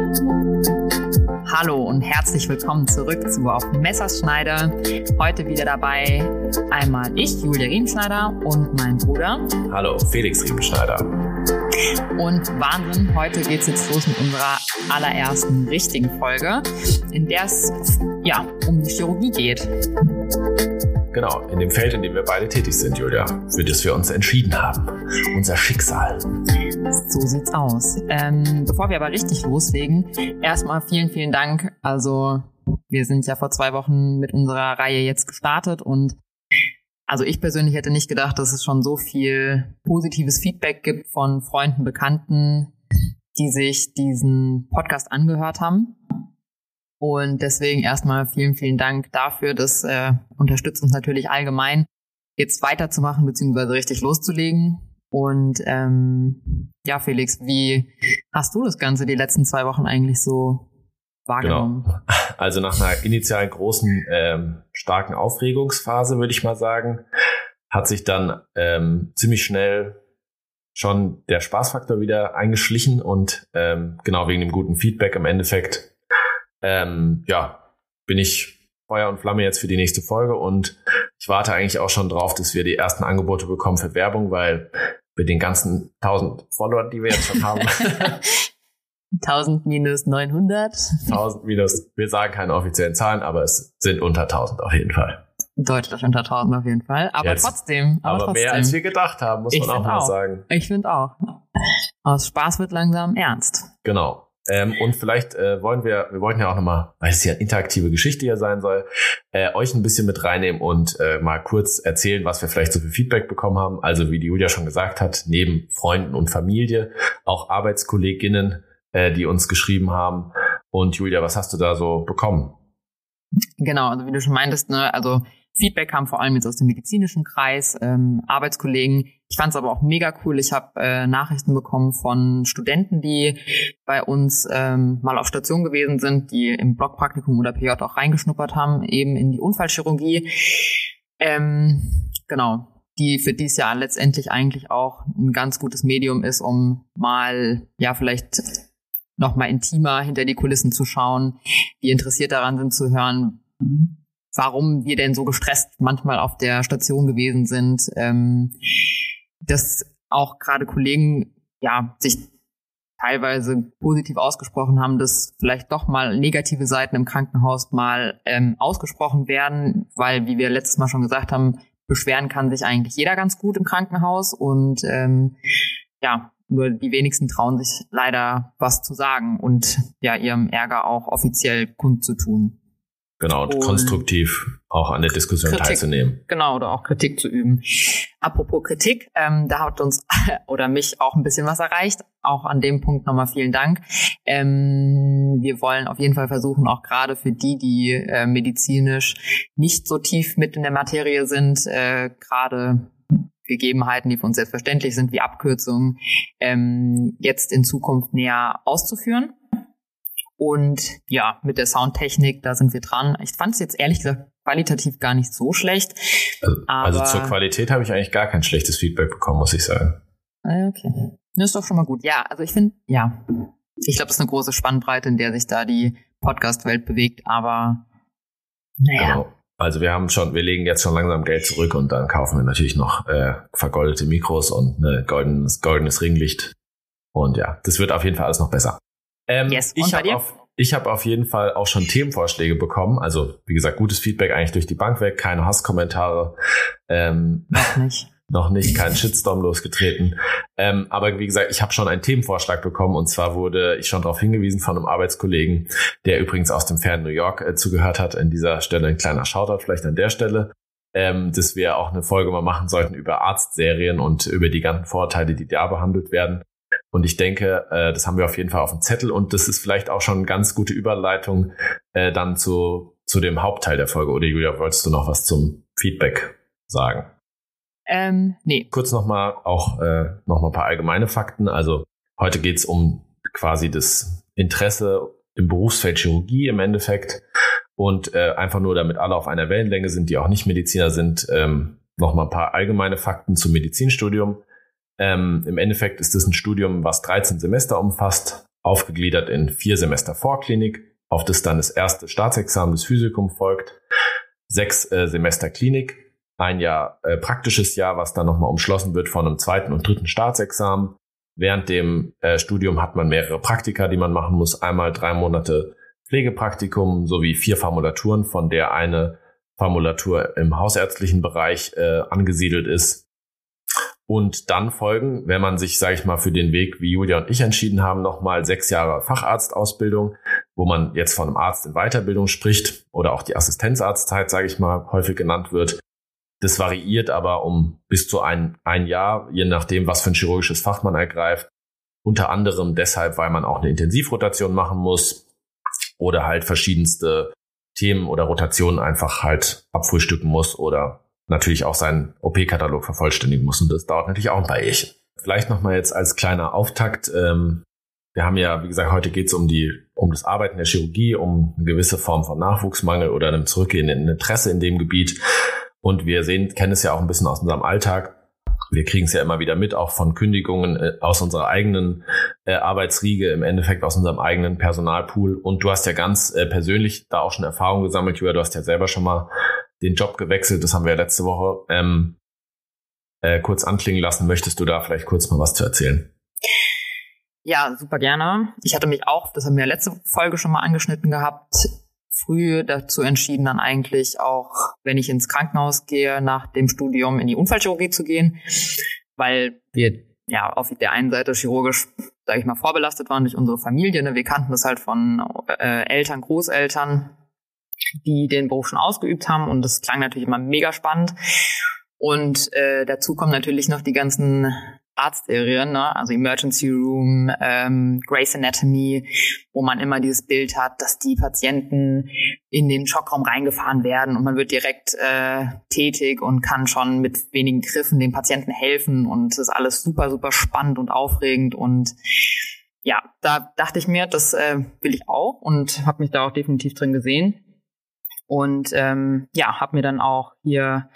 Hallo und herzlich willkommen zurück zu Auf Messerschneider. Heute wieder dabei einmal ich, Julia Riemenschneider, und mein Bruder. Hallo, Felix Riemenschneider. Und Wahnsinn, heute geht's jetzt los mit unserer allerersten richtigen Folge, in der es um die Chirurgie geht. Genau, in dem Feld, in dem wir beide tätig sind, Julia, für das wir uns entschieden haben. Unser Schicksal. So sieht's aus. Bevor wir aber richtig loslegen, erstmal vielen Dank. Also wir sind ja vor 2 Wochen mit unserer Reihe jetzt gestartet und also ich persönlich hätte nicht gedacht, dass es schon so viel positives Feedback gibt von Freunden, Bekannten, die sich diesen Podcast angehört haben. Und deswegen erstmal vielen Dank dafür. Das unterstützt uns natürlich allgemein, jetzt weiterzumachen bzw. richtig loszulegen. Und Felix, wie hast du das Ganze die letzten 2 Wochen eigentlich so wahrgenommen? Genau. Also nach einer initialen großen, starken Aufregungsphase, würde ich mal sagen, hat sich dann ziemlich schnell schon der Spaßfaktor wieder eingeschlichen und genau wegen dem guten Feedback im Endeffekt bin ich Feuer und Flamme jetzt für die nächste Folge und ich warte eigentlich auch schon drauf, dass wir die ersten Angebote bekommen für Werbung, weil mit den ganzen 1000 Followern, die wir jetzt schon haben. 1000 minus 900. 1000 minus, wir sagen keine offiziellen Zahlen, aber es sind unter 1000 auf jeden Fall. Deutlich unter 1000 auf jeden Fall, aber jetzt, trotzdem. Aber mehr als wir gedacht haben, muss man auch mal sagen. Ich finde auch. Aus Spaß wird langsam ernst. Genau. Und vielleicht wir wollten ja auch nochmal, weil es ja eine interaktive Geschichte hier sein soll, euch ein bisschen mit reinnehmen und mal kurz erzählen, was wir vielleicht so für Feedback bekommen haben. Also wie die Julia schon gesagt hat, neben Freunden und Familie, auch ArbeitskollegInnen, die uns geschrieben haben. Und Julia, was hast du da so bekommen? Genau, also wie du schon meintest, also Feedback kam vor allem jetzt aus dem medizinischen Kreis, Arbeitskollegen. Ich fand es aber auch mega cool. Ich habe Nachrichten bekommen von Studenten, die bei uns mal auf Station gewesen sind, die im Blockpraktikum oder PJ auch reingeschnuppert haben, eben in die Unfallchirurgie. Genau, die für dieses Jahr letztendlich eigentlich auch ein ganz gutes Medium ist, um mal, vielleicht noch mal intimer hinter die Kulissen zu schauen, die interessiert daran sind zu hören, warum wir denn so gestresst manchmal auf der Station gewesen sind, dass auch gerade Kollegen sich teilweise positiv ausgesprochen haben, dass vielleicht doch mal negative Seiten im Krankenhaus mal ausgesprochen werden, weil, wie wir letztes Mal schon gesagt haben, beschweren kann sich eigentlich jeder ganz gut im Krankenhaus und nur die wenigsten trauen sich leider was zu sagen und ihrem Ärger auch offiziell kundzutun. Genau, und konstruktiv auch an der Diskussion teilzunehmen. Genau, oder auch Kritik zu üben. Apropos Kritik, da hat uns oder mich auch ein bisschen was erreicht. Auch an dem Punkt nochmal vielen Dank. Wir wollen auf jeden Fall versuchen, auch gerade für die medizinisch nicht so tief mit in der Materie sind, gerade Gegebenheiten, die für uns selbstverständlich sind, wie Abkürzungen, jetzt in Zukunft näher auszuführen. Und mit der Soundtechnik, da sind wir dran. Ich fand es jetzt ehrlich gesagt qualitativ gar nicht so schlecht. Also zur Qualität habe ich eigentlich gar kein schlechtes Feedback bekommen, muss ich sagen. Okay. Das ist doch schon mal gut. Ja, also ich finde, ich glaube, das ist eine große Spannbreite, in der sich da die Podcast-Welt bewegt, aber Genau. Also wir legen jetzt schon langsam Geld zurück und dann kaufen wir natürlich noch vergoldete Mikros und ein goldenes Ringlicht. Und das wird auf jeden Fall alles noch besser. Ich habe auf jeden Fall auch schon Themenvorschläge bekommen. Also wie gesagt, gutes Feedback eigentlich durch die Bank weg, keine Hasskommentare. Noch nicht. Noch nicht, kein Shitstorm losgetreten. Aber wie gesagt, ich habe schon einen Themenvorschlag bekommen und zwar wurde ich schon darauf hingewiesen von einem Arbeitskollegen, der übrigens aus dem fernen New York zugehört hat. An dieser Stelle ein kleiner Shoutout vielleicht an der Stelle, dass wir auch eine Folge mal machen sollten über Arztserien und über die ganzen Vorteile, die da behandelt werden. Und ich denke, das haben wir auf jeden Fall auf dem Zettel und das ist vielleicht auch schon eine ganz gute Überleitung dann zu dem Hauptteil der Folge. Oder Julia, wolltest du noch was zum Feedback sagen? Nee. Kurz noch mal ein paar allgemeine Fakten. Also heute geht es um quasi das Interesse im Berufsfeld Chirurgie im Endeffekt und einfach nur, damit alle auf einer Wellenlänge sind, die auch nicht Mediziner sind, noch mal ein paar allgemeine Fakten zum Medizinstudium. Im Endeffekt ist das ein Studium, was 13 Semester umfasst, aufgegliedert in 4 Semester Vorklinik, auf das dann das erste Staatsexamen, das Physikum folgt, 6 Semester Klinik, 1 Jahr praktisches Jahr, was dann nochmal umschlossen wird von einem 2. und 3. Staatsexamen. Während dem Studium hat man mehrere Praktika, die man machen muss. Einmal 3 Monate Pflegepraktikum sowie 4 Formulaturen, von der eine Formulatur im hausärztlichen Bereich angesiedelt ist. Und dann folgen, wenn man sich, sage ich mal, für den Weg, wie Julia und ich entschieden haben, nochmal 6 Jahre Facharztausbildung, wo man jetzt von einem Arzt in Weiterbildung spricht oder auch die Assistenzarztzeit, sage ich mal, häufig genannt wird. Das variiert aber um bis zu ein Jahr, je nachdem, was für ein chirurgisches Fach man ergreift. Unter anderem deshalb, weil man auch eine Intensivrotation machen muss oder halt verschiedenste Themen oder Rotationen einfach halt abfrühstücken muss oder natürlich auch seinen OP-Katalog vervollständigen muss. Und das dauert natürlich auch ein paar Jährchen. Vielleicht nochmal jetzt als kleiner Auftakt. Wir haben ja, wie gesagt, heute geht es um das Arbeiten der Chirurgie, um eine gewisse Form von Nachwuchsmangel oder einem zurückgehenden Interesse in dem Gebiet. Und wir kennen es ja auch ein bisschen aus unserem Alltag. Wir kriegen es ja immer wieder mit, auch von Kündigungen aus unserer eigenen Arbeitsriege, im Endeffekt aus unserem eigenen Personalpool. Und du hast ja ganz persönlich da auch schon Erfahrung gesammelt, Julia. Du hast ja selber schon mal den Job gewechselt. Das haben wir ja letzte Woche kurz anklingen lassen. Möchtest du da vielleicht kurz mal was zu erzählen? Ja, super gerne. Ich hatte mich auch, das haben wir ja letzte Folge schon mal angeschnitten gehabt, früh dazu entschieden, dann eigentlich auch, wenn ich ins Krankenhaus gehe, nach dem Studium in die Unfallchirurgie zu gehen, weil wir ja auf der einen Seite chirurgisch, sage ich mal, vorbelastet waren durch unsere Familie. Ne? Wir kannten das halt von Eltern, Großeltern, die den Beruf schon ausgeübt haben, und das klang natürlich immer mega spannend. Und dazu kommen natürlich noch die ganzen Arztserien, ne? Also Emergency Room, Grey's Anatomy, wo man immer dieses Bild hat, dass die Patienten in den Schockraum reingefahren werden und man wird direkt tätig und kann schon mit wenigen Griffen den Patienten helfen, und das ist alles super, super spannend und aufregend. Und ja, da dachte ich mir, das will ich auch, und habe mich da auch definitiv drin gesehen. Und habe mir dann auch hier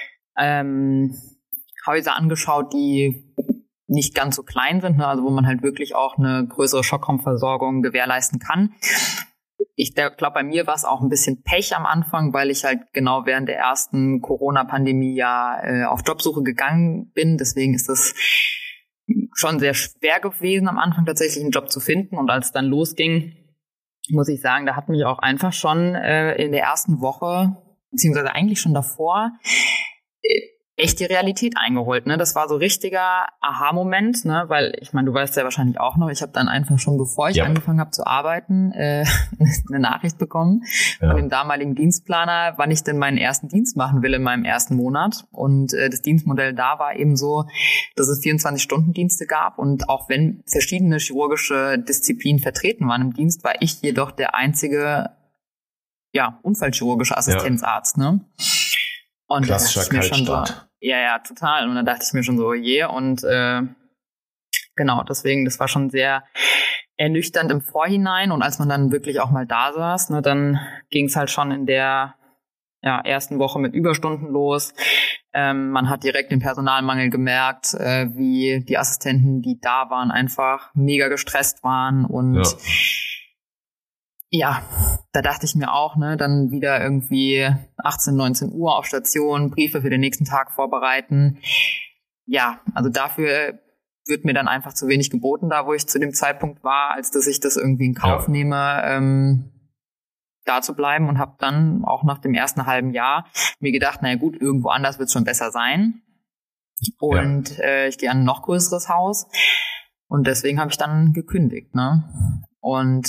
Häuser angeschaut, die nicht ganz so klein sind, ne? Also wo man halt wirklich auch eine größere Schockraumversorgung gewährleisten kann. Ich glaube, bei mir war es auch ein bisschen Pech am Anfang, weil ich halt genau während der ersten Corona-Pandemie auf Jobsuche gegangen bin. Deswegen ist es schon sehr schwer gewesen, am Anfang tatsächlich einen Job zu finden. Und als es dann losging, muss ich sagen, da hat mich auch einfach schon in der ersten Woche, beziehungsweise eigentlich schon davor, echt die Realität eingeholt, ne? Das war so richtiger Aha-Moment, ne? Weil, ich meine, du weißt ja wahrscheinlich auch noch, ich habe dann einfach schon, bevor ich angefangen habe zu arbeiten, eine Nachricht bekommen von dem damaligen Dienstplaner, wann ich denn meinen ersten Dienst machen will in meinem ersten Monat. Und das Dienstmodell da war eben so, dass es 24-Stunden-Dienste gab, und auch wenn verschiedene chirurgische Disziplinen vertreten waren im Dienst, war ich jedoch der einzige unfallchirurgische Assistenzarzt, ne? Und klassischer Kaltstart. So, ja, total. Und da dachte ich mir schon so, oh je. Und genau, deswegen, das war schon sehr ernüchternd im Vorhinein. Und als man dann wirklich auch mal da saß, ne, dann ging es halt schon in der ersten Woche mit Überstunden los. Man hat direkt den Personalmangel gemerkt, wie die Assistenten, die da waren, einfach mega gestresst waren. Und ja, da dachte ich mir auch, ne, dann wieder irgendwie 18, 19 Uhr auf Station, Briefe für den nächsten Tag vorbereiten. Ja, also dafür wird mir dann einfach zu wenig geboten, da wo ich zu dem Zeitpunkt war, als dass ich das irgendwie in Kauf nehme, da zu bleiben, und habe dann auch nach dem ersten halben Jahr mir gedacht, naja gut, irgendwo anders wird es schon besser sein. Und ich gehe an ein noch größeres Haus, und deswegen habe ich dann gekündigt, ne? Und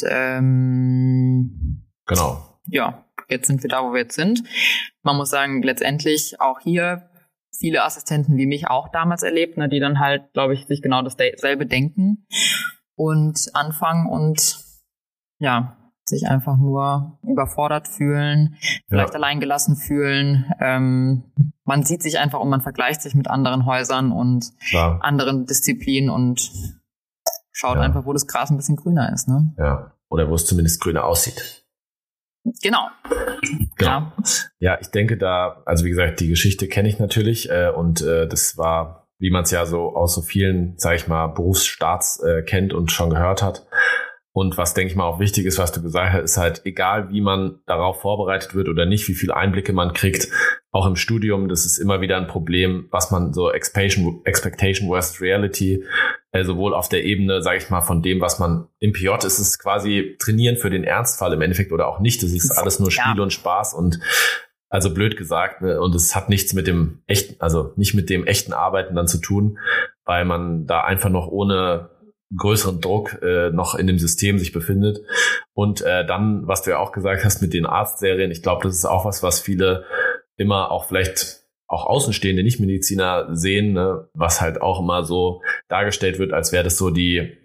genau. Ja, jetzt sind wir da, wo wir jetzt sind. Man muss sagen, letztendlich auch hier viele Assistenten wie mich auch damals erlebt, ne, die dann halt, glaube ich, sich genau dasselbe denken und anfangen und sich einfach nur überfordert fühlen, vielleicht alleingelassen fühlen. Man sieht sich einfach und man vergleicht sich mit anderen Häusern und anderen Disziplinen und schaut einfach, wo das Gras ein bisschen grüner ist, ne? Ja, oder wo es zumindest grüner aussieht. Genau. Ja, ich denke da, also wie gesagt, die Geschichte kenne ich natürlich und das war, wie man es ja so aus so vielen, sage ich mal, Berufsstarts kennt und schon gehört hat, Und was, denke ich mal, auch wichtig ist, was du gesagt hast, ist halt, egal wie man darauf vorbereitet wird oder nicht, wie viele Einblicke man kriegt, auch im Studium, das ist immer wieder ein Problem, was man so Expectation versus Reality, sowohl auf der Ebene, sage ich mal, von dem, was man im PJ ist, es quasi Trainieren für den Ernstfall im Endeffekt oder auch nicht. Das ist alles nur Spiel und Spaß und also blöd gesagt, ne? Und es hat nichts mit dem echten, also nicht mit dem echten Arbeiten dann zu tun, weil man da einfach noch ohne größeren Druck noch in dem System sich befindet. Und dann, was du ja auch gesagt hast mit den Arztserien, ich glaube, das ist auch was viele immer auch vielleicht auch außenstehende Nichtmediziner sehen, ne? Was halt auch immer so dargestellt wird, als wäre das so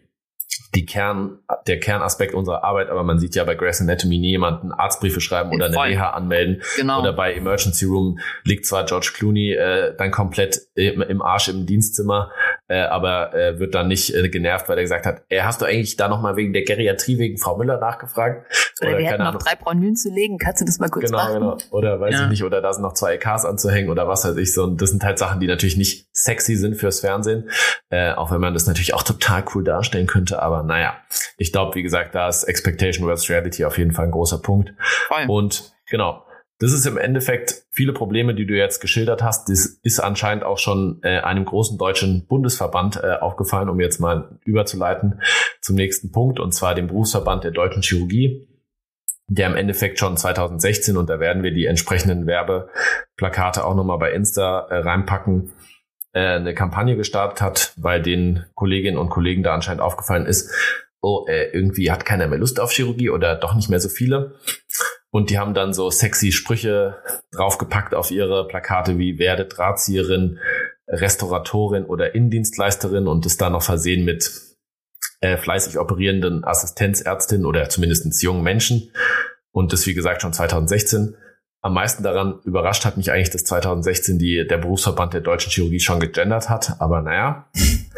der Kernaspekt unserer Arbeit, aber man sieht ja bei Grey's Anatomy nie jemanden Arztbriefe schreiben oder eine Reha anmelden. Genau. Oder bei Emergency Room liegt zwar George Clooney dann komplett im Arsch im Dienstzimmer, aber wird dann nicht genervt, weil er gesagt hat, hast du eigentlich da nochmal wegen der Geriatrie, wegen Frau Müller nachgefragt? Oder wir hätten noch 3 Bronchien zu legen, kannst du das mal kurz machen? Genau. Oder weiß ich nicht, oder da sind noch 2 EKs anzuhängen oder was weiß ich so. Und das sind halt Sachen, die natürlich nicht sexy sind fürs Fernsehen, auch wenn man das natürlich auch total cool darstellen könnte, aber naja, ich glaube, wie gesagt, da ist Expectation versus Reality auf jeden Fall ein großer Punkt. Voll. Und genau, das ist im Endeffekt viele Probleme, die du jetzt geschildert hast. Das ist anscheinend auch schon einem großen deutschen Bundesverband aufgefallen, um jetzt mal überzuleiten zum nächsten Punkt, und zwar dem Berufsverband der Deutschen Chirurgie, der im Endeffekt schon 2016, und da werden wir die entsprechenden Werbeplakate auch nochmal bei Insta reinpacken, eine Kampagne gestartet hat, weil den Kolleginnen und Kollegen da anscheinend aufgefallen ist, irgendwie hat keiner mehr Lust auf Chirurgie oder doch nicht mehr so viele. Und die haben dann so sexy Sprüche draufgepackt auf ihre Plakate wie werde Drahtzieherin, Restauratorin oder Innendienstleisterin, und ist dann noch versehen mit fleißig operierenden Assistenzärztinnen oder zumindest jungen Menschen. Und das, wie gesagt, schon 2016. Am meisten daran überrascht hat mich eigentlich, dass 2016 der Berufsverband der Deutschen Chirurgie schon gegendert hat. Aber naja,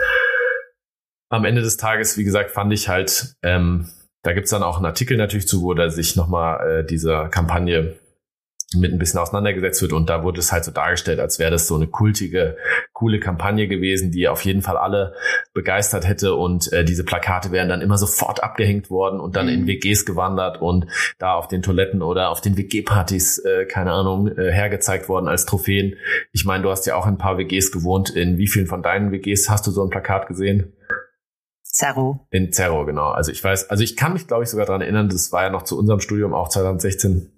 am Ende des Tages, wie gesagt, fand ich halt, da gibt's dann auch einen Artikel natürlich zu, wo da sich nochmal dieser Kampagne mit ein bisschen auseinandergesetzt wird, und da wurde es halt so dargestellt, als wäre das so eine kultige, coole Kampagne gewesen, die auf jeden Fall alle begeistert hätte, und diese Plakate wären dann immer sofort abgehängt worden und dann in WGs gewandert und da auf den Toiletten oder auf den WG-Partys, keine Ahnung, hergezeigt worden als Trophäen. Ich meine, du hast ja auch in ein paar WGs gewohnt. In wie vielen von deinen WGs hast du so ein Plakat gesehen? Zerro. In Zerro, genau. Also ich kann mich, glaube ich, sogar daran erinnern, das war ja noch zu unserem Studium, auch 2016,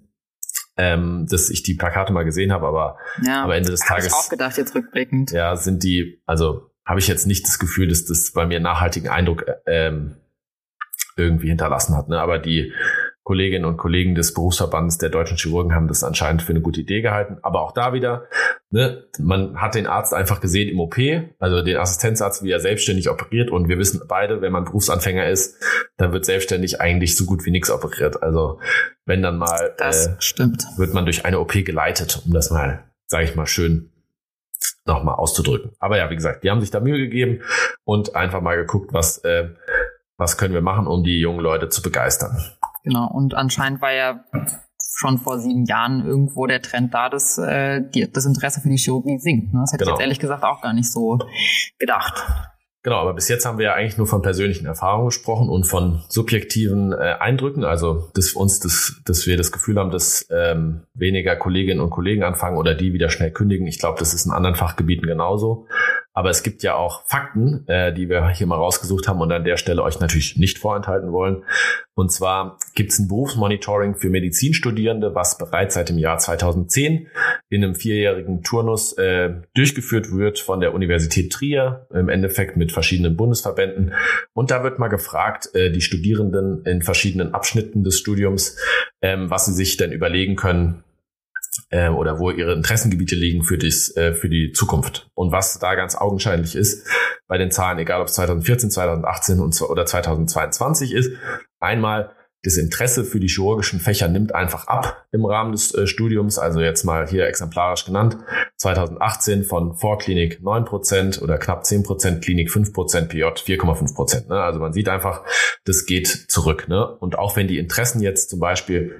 dass ich die Plakate mal gesehen habe, aber am Ende des Tages, habe ich auch gedacht, jetzt rückblickend. Ja, habe ich jetzt nicht das Gefühl, dass das bei mir einen nachhaltigen Eindruck irgendwie hinterlassen hat, ne? Aber die Kolleginnen und Kollegen des Berufsverbandes der deutschen Chirurgen haben das anscheinend für eine gute Idee gehalten. Aber auch da wieder, ne, man hat den Arzt einfach gesehen im OP, also den Assistenzarzt, wie er selbstständig operiert. Und wir wissen beide, wenn man Berufsanfänger ist, dann wird selbstständig eigentlich so gut wie nichts operiert. Also wenn dann mal, wird man durch eine OP geleitet, um das mal, sage ich mal, schön nochmal auszudrücken. Aber ja, wie gesagt, die haben sich da Mühe gegeben und einfach mal geguckt, was können wir machen, um die jungen Leute zu begeistern. Genau, und anscheinend war ja schon vor 7 Jahren irgendwo der Trend da, dass das Interesse für die Chirurgie sinkt. Ne? Das hätte ich jetzt ehrlich gesagt auch gar nicht so gedacht. Genau, aber bis jetzt haben wir ja eigentlich nur von persönlichen Erfahrungen gesprochen und von subjektiven Eindrücken, also dass wir das Gefühl haben, dass weniger Kolleginnen und Kollegen anfangen oder die wieder schnell kündigen. Ich glaube, das ist in anderen Fachgebieten genauso. Aber es gibt ja auch Fakten, die wir hier mal rausgesucht haben und an der Stelle euch natürlich nicht vorenthalten wollen. Und zwar gibt es ein Berufsmonitoring für Medizinstudierende, was bereits seit dem Jahr 2010 in einem 4-jährigen Turnus durchgeführt wird von der Universität Trier, im Endeffekt mit verschiedenen Bundesverbänden. Und da wird mal gefragt, die Studierenden in verschiedenen Abschnitten des Studiums, was sie sich denn überlegen können, oder wo ihre Interessengebiete liegen für die Zukunft. Und was da ganz augenscheinlich ist, bei den Zahlen, egal ob es 2014, 2018 oder 2022 ist, einmal das Interesse für die chirurgischen Fächer nimmt einfach ab im Rahmen des Studiums, also jetzt mal hier exemplarisch genannt, 2018 von Vorklinik 9% oder knapp 10%, Klinik 5%, PJ 4,5%. Ne? Also man sieht einfach, das geht zurück. Ne? Und auch wenn die Interessen jetzt zum Beispiel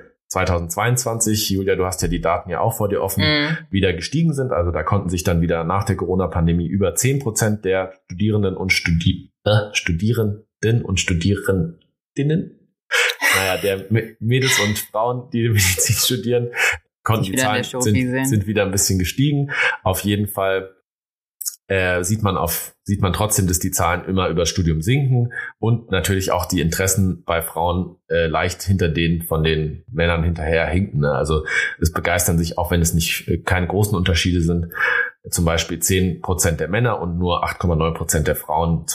2022, Julia, du hast ja die Daten ja auch vor dir offen, wieder gestiegen sind. Also da konnten sich dann wieder nach der Corona-Pandemie über 10% der Studierenden und Studierenden Naja, der Mädels und Frauen, die Medizin studieren, konnten die Zahlen sind wieder ein bisschen gestiegen. Auf jeden Fall sieht man trotzdem, dass die Zahlen immer über Studium sinken und natürlich auch die Interessen bei Frauen leicht hinter denen von den Männern hinterher hinken. Ne? Also es begeistern sich, auch wenn es keine großen Unterschiede sind, zum Beispiel 10% der Männer und nur 8,9% der Frauen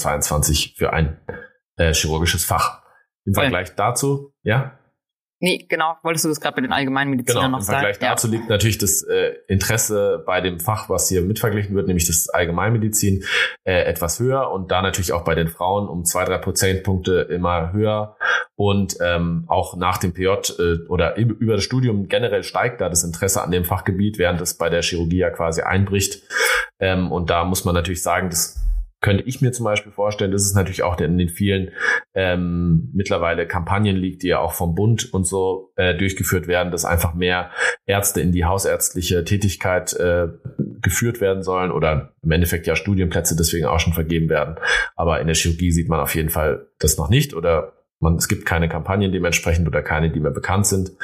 2022 für ein chirurgisches Fach. Im Vergleich dazu, ja? Nee, genau. Wolltest du das gerade bei den Allgemeinmedizinern noch sagen? Im Vergleich dazu liegt natürlich das Interesse bei dem Fach, was hier mitverglichen wird, nämlich das Allgemeinmedizin, etwas höher und da natürlich auch bei den Frauen um 2-3 Prozentpunkte immer höher und auch nach dem PJ oder über das Studium generell steigt da das Interesse an dem Fachgebiet, während es bei der Chirurgie ja quasi einbricht. Und da muss man natürlich sagen, das könnte ich mir zum Beispiel vorstellen, dass es natürlich auch in den vielen mittlerweile Kampagnen liegt, die ja auch vom Bund und so durchgeführt werden, dass einfach mehr Ärzte in die hausärztliche Tätigkeit geführt werden sollen oder im Endeffekt ja Studienplätze deswegen auch schon vergeben werden. Aber in der Chirurgie sieht man auf jeden Fall das noch nicht oder es gibt keine Kampagnen dementsprechend oder keine, die mehr bekannt sind.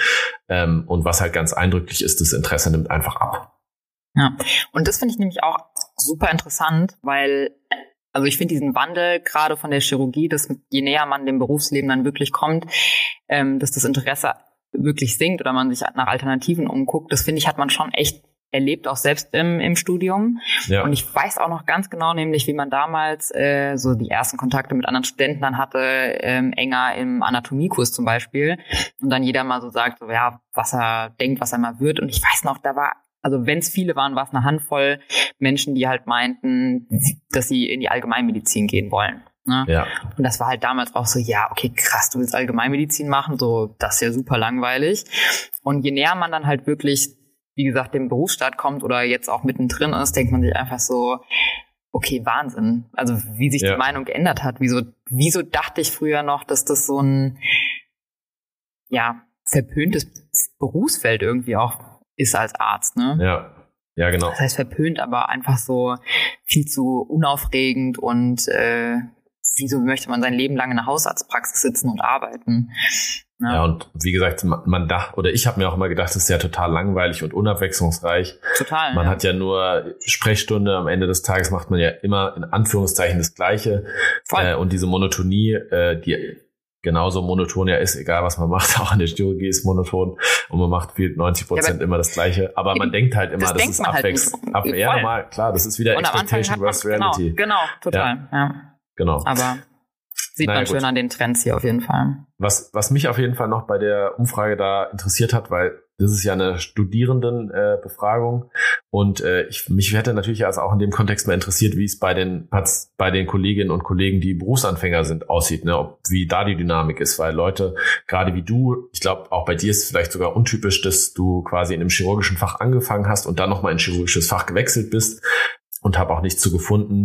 Und was halt ganz eindrücklich ist, das Interesse nimmt einfach ab. Ja, und das finde ich nämlich auch super interessant, weil also ich finde diesen Wandel gerade von der Chirurgie, dass je näher man dem Berufsleben dann wirklich kommt, dass das Interesse wirklich sinkt oder man sich nach Alternativen umguckt, das finde ich, hat man schon echt erlebt, auch selbst im Studium. Ja. Und ich weiß auch noch ganz genau, nämlich wie man damals so die ersten Kontakte mit anderen Studenten dann hatte, enger im Anatomiekurs zum Beispiel. Und dann jeder mal so sagt, so ja, was er denkt, was er mal wird. Und ich weiß noch, also wenn es viele waren, war es eine Handvoll Menschen, die halt meinten, dass sie in die Allgemeinmedizin gehen wollen. Ne? Ja. Und das war halt damals auch so, ja, okay, krass, du willst Allgemeinmedizin machen, so, das ist ja super langweilig. Und je näher man dann halt wirklich, wie gesagt, dem Berufsstart kommt oder jetzt auch mittendrin ist, denkt man sich einfach so, okay, Wahnsinn. Also wie sich die Meinung geändert hat. Wieso dachte ich früher noch, dass das so ein, ja, verpöntes Berufsfeld irgendwie auch ist als Arzt, ne? Ja, genau. Das heißt verpönt, aber einfach so viel zu unaufregend und wieso möchte man sein Leben lang in der Hausarztpraxis sitzen und arbeiten? Ne? Ja, und wie gesagt, ich habe mir auch immer gedacht, das ist ja total langweilig und unabwechslungsreich. Total. Man hat ja nur Sprechstunde, am Ende des Tages macht man ja immer in Anführungszeichen das Gleiche. Und diese Monotonie, die genauso monoton ja ist, egal was man macht, auch in der Chirurgie ist monoton und man macht 90% immer das Gleiche, aber man denkt halt immer, das ist abwechselnd. Halt ja, normal, klar, das ist wieder Expectation versus Reality. Genau, total, ja. Genau. Aber sieht man schön an den Trends hier auf jeden Fall. Was mich auf jeden Fall noch bei der Umfrage da interessiert hat, weil das ist ja eine Studierendenbefragung und mich hätte natürlich also auch in dem Kontext mal interessiert, wie es bei den Kolleginnen und Kollegen, die Berufsanfänger sind, aussieht, ne? Wie da die Dynamik ist, weil Leute, gerade wie du, ich glaube auch bei dir ist es vielleicht sogar untypisch, dass du quasi in einem chirurgischen Fach angefangen hast und dann nochmal in ein chirurgisches Fach gewechselt bist. Und habe auch nichts zu gefunden,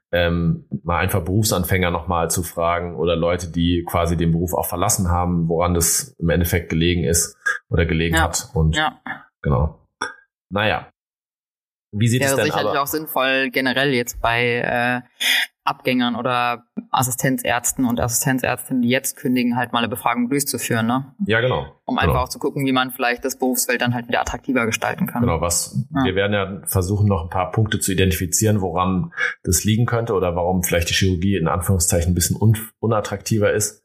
mal einfach Berufsanfänger nochmal zu fragen oder Leute, die quasi den Beruf auch verlassen haben, woran das im Endeffekt gelegen ist oder gelegen hat. Und genau. Naja. Wie sieht es denn sicherlich aber? Auch sinnvoll generell jetzt bei Abgängern oder Assistenzärzten und Assistenzärztinnen, die jetzt kündigen, halt mal eine Befragung durchzuführen, ne? Ja, genau. Um einfach auch zu gucken, wie man vielleicht das Berufsfeld dann halt wieder attraktiver gestalten kann. Genau, wir werden ja versuchen, noch ein paar Punkte zu identifizieren, woran das liegen könnte oder warum vielleicht die Chirurgie in Anführungszeichen ein bisschen unattraktiver ist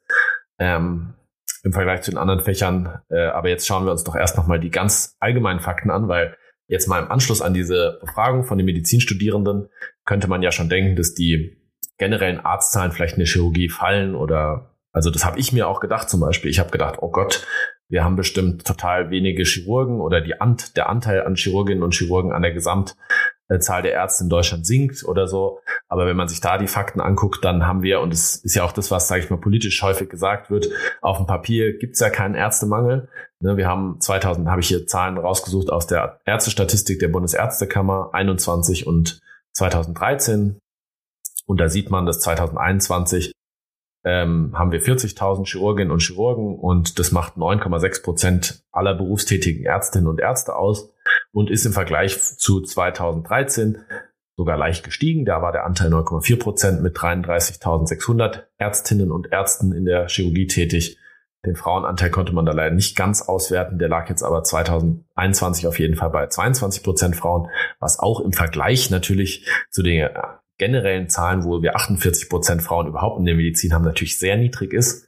im Vergleich zu den anderen Fächern. Aber jetzt schauen wir uns doch erst nochmal die ganz allgemeinen Fakten an, weil jetzt mal im Anschluss an diese Befragung von den Medizinstudierenden könnte man ja schon denken, dass die generellen Arztzahlen vielleicht in der Chirurgie fallen oder, also das habe ich mir auch gedacht zum Beispiel. Ich habe gedacht, oh Gott, wir haben bestimmt total wenige Chirurgen oder der Anteil an Chirurginnen und Chirurgen an der Gesamtzahl der Ärzte in Deutschland sinkt oder so. Aber wenn man sich da die Fakten anguckt, dann haben wir, und es ist ja auch das, was, sage ich mal, politisch häufig gesagt wird, auf dem Papier gibt es ja keinen Ärztemangel. Wir haben 2000, habe ich hier Zahlen rausgesucht aus der Ärztestatistik der Bundesärztekammer 21 und 2013. Und da sieht man, dass 2021 haben wir 40.000 Chirurginnen und Chirurgen und das macht 9,6% aller berufstätigen Ärztinnen und Ärzte aus und ist im Vergleich zu 2013 sogar leicht gestiegen. Da war der Anteil 9,4% mit 33.600 Ärztinnen und Ärzten in der Chirurgie tätig. Den Frauenanteil konnte man da leider nicht ganz auswerten. Der lag jetzt aber 2021 auf jeden Fall bei 22% Frauen, was auch im Vergleich natürlich zu den generellen Zahlen, wo wir 48% Frauen überhaupt in der Medizin haben, natürlich sehr niedrig ist.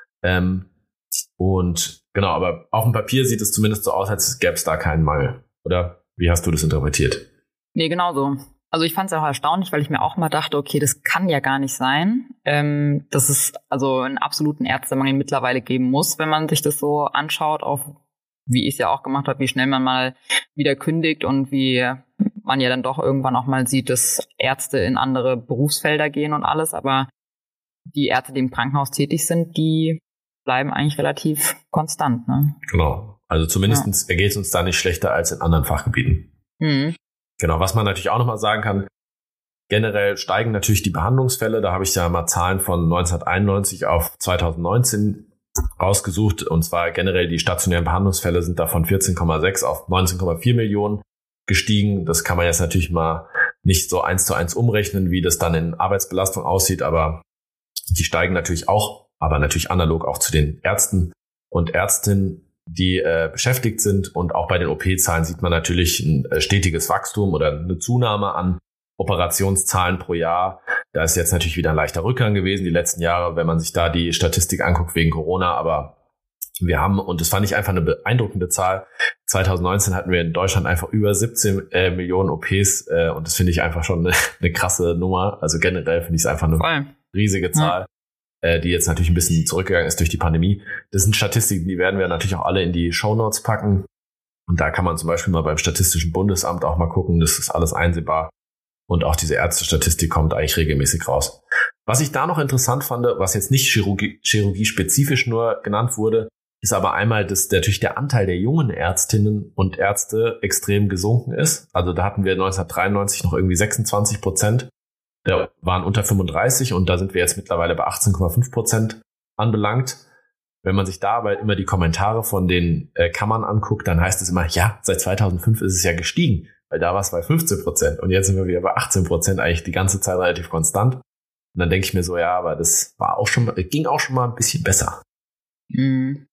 Und genau, aber auf dem Papier sieht es zumindest so aus, als gäbe es da keinen Mangel. Oder wie hast du das interpretiert? Nee, genau so. Also ich fand es auch erstaunlich, weil ich mir auch mal dachte, okay, das kann ja gar nicht sein, dass es also einen absoluten Ärztemangel mittlerweile geben muss, wenn man sich das so anschaut, auf wie ich es ja auch gemacht habe, wie schnell man mal wieder kündigt und wie man ja dann doch irgendwann auch mal sieht, dass Ärzte in andere Berufsfelder gehen und alles. Aber die Ärzte, die im Krankenhaus tätig sind, die bleiben eigentlich relativ konstant. Ne? Genau. Also zumindest ergeht es uns da nicht schlechter als in anderen Fachgebieten. Mhm. Genau, was man natürlich auch nochmal sagen kann, generell steigen natürlich die Behandlungsfälle. Da habe ich ja mal Zahlen von 1991 auf 2019 rausgesucht. Und zwar generell die stationären Behandlungsfälle sind da von 14,6 auf 19,4 Millionen gestiegen. Das kann man jetzt natürlich mal nicht so 1:1 umrechnen, wie das dann in Arbeitsbelastung aussieht. Aber die steigen natürlich auch, aber natürlich analog auch zu den Ärzten und Ärztinnen, die beschäftigt sind. Und auch bei den OP-Zahlen sieht man natürlich ein stetiges Wachstum oder eine Zunahme an Operationszahlen pro Jahr. Da ist jetzt natürlich wieder ein leichter Rückgang gewesen die letzten Jahre, wenn man sich da die Statistik anguckt wegen Corona. Aber wir haben, und das fand ich einfach eine beeindruckende Zahl, 2019 hatten wir in Deutschland einfach über 17 Millionen OPs und das finde ich einfach schon eine krasse Nummer. Also generell finde ich es einfach eine riesige Zahl. Die jetzt natürlich ein bisschen zurückgegangen ist durch die Pandemie. Das sind Statistiken, die werden wir natürlich auch alle in die Shownotes packen. Und da kann man zum Beispiel mal beim Statistischen Bundesamt auch mal gucken, das ist alles einsehbar. Und auch diese Ärztestatistik kommt eigentlich regelmäßig raus. Was ich da noch interessant fand, was jetzt nicht chirurgie-spezifisch nur genannt wurde, ist aber einmal, dass natürlich der Anteil der jungen Ärztinnen und Ärzte extrem gesunken ist. Also da hatten wir 1993 noch irgendwie 26%. Da waren unter 35 und da sind wir jetzt mittlerweile bei 18,5% anbelangt. Wenn man sich da aber immer die Kommentare von den Kammern anguckt, dann heißt es immer, ja, seit 2005 ist es ja gestiegen, weil da war es bei 15% und jetzt sind wir wieder bei 18%, eigentlich die ganze Zeit relativ konstant. Und dann denke ich mir so, ja, aber das war auch schon, ging auch schon mal ein bisschen besser. Mhm.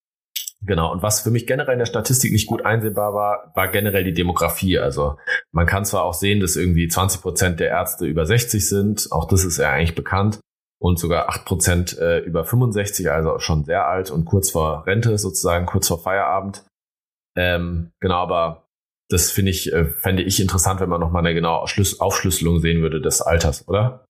Genau, und was für mich generell in der Statistik nicht gut einsehbar war generell die Demografie. Also man kann zwar auch sehen, dass irgendwie 20% der Ärzte über 60 sind, auch das ist ja eigentlich bekannt, und sogar 8% über 65, also schon sehr alt und kurz vor Rente sozusagen, kurz vor Feierabend. Genau, aber das fände ich interessant, wenn man nochmal eine genaue Aufschlüsselung sehen würde des Alters, oder?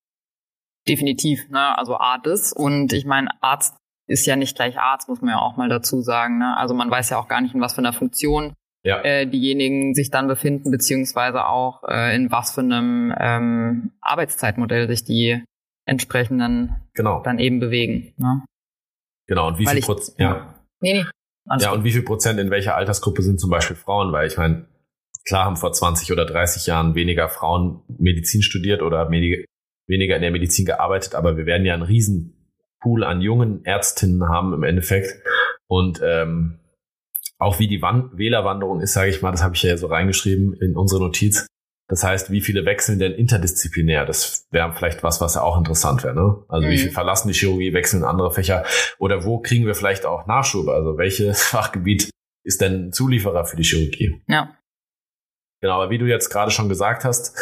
Definitiv, ne? Also das und ich meine, Arzt ist ja nicht gleich Arzt, muss man ja auch mal dazu sagen. Ne? Also man weiß ja auch gar nicht, in was für einer Funktion diejenigen sich dann befinden, beziehungsweise auch in was für einem Arbeitszeitmodell sich die entsprechenden dann eben bewegen. Ne? Genau, und wie viel Prozent? Und wie viel Prozent in welcher Altersgruppe sind zum Beispiel Frauen? Weil ich meine, klar haben vor 20 oder 30 Jahren weniger Frauen Medizin studiert oder weniger in der Medizin gearbeitet, aber wir werden ja einen riesen Pool an jungen Ärztinnen haben im Endeffekt. Und auch wie die Wählerwanderung ist, sage ich mal, das habe ich ja so reingeschrieben in unsere Notiz. Das heißt, wie viele wechseln denn interdisziplinär? Das wäre vielleicht was ja auch interessant wäre. Ne? Also wie viel verlassen die Chirurgie, wechseln in andere Fächer? Oder wo kriegen wir vielleicht auch Nachschub? Also welches Fachgebiet ist denn Zulieferer für die Chirurgie? Ja. Genau, aber wie du jetzt gerade schon gesagt hast,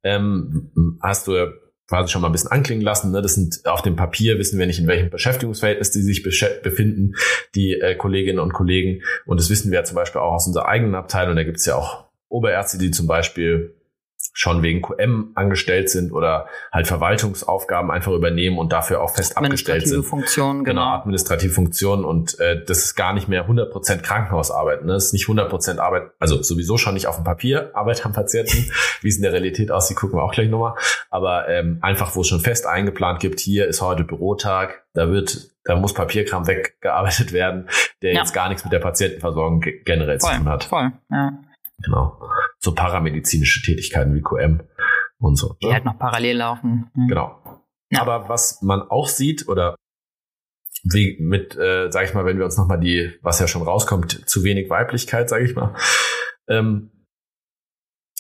hast du quasi schon mal ein bisschen anklingen lassen. Ne? Das sind auf dem Papier, wissen wir nicht, in welchem Beschäftigungsverhältnis die sich befinden, die Kolleginnen und Kollegen. Und das wissen wir ja zum Beispiel auch aus unserer eigenen Abteilung. Da gibt es ja auch Oberärzte, die zum Beispiel schon wegen QM angestellt sind oder halt Verwaltungsaufgaben einfach übernehmen und dafür auch fest abgestellt sind. Administrative Funktionen, genau. Administrative Funktionen und das ist gar nicht mehr 100% Krankenhausarbeit. Ne? Das ist nicht 100% Arbeit, also sowieso schon nicht auf dem Papier, Arbeit am Patienten. Wie es in der Realität aussieht, gucken wir auch gleich nochmal. Aber einfach, wo es schon fest eingeplant gibt, hier ist heute Bürotag, da muss Papierkram weggearbeitet werden, der jetzt gar nichts mit der Patientenversorgung generell zu tun hat. Voll, ja. Genau. So paramedizinische Tätigkeiten wie QM und so. Die halt noch parallel laufen. Mhm. Genau. Ja. Aber was man auch sieht, oder wie sag ich mal, wenn wir uns nochmal was ja schon rauskommt, zu wenig Weiblichkeit, sag ich mal,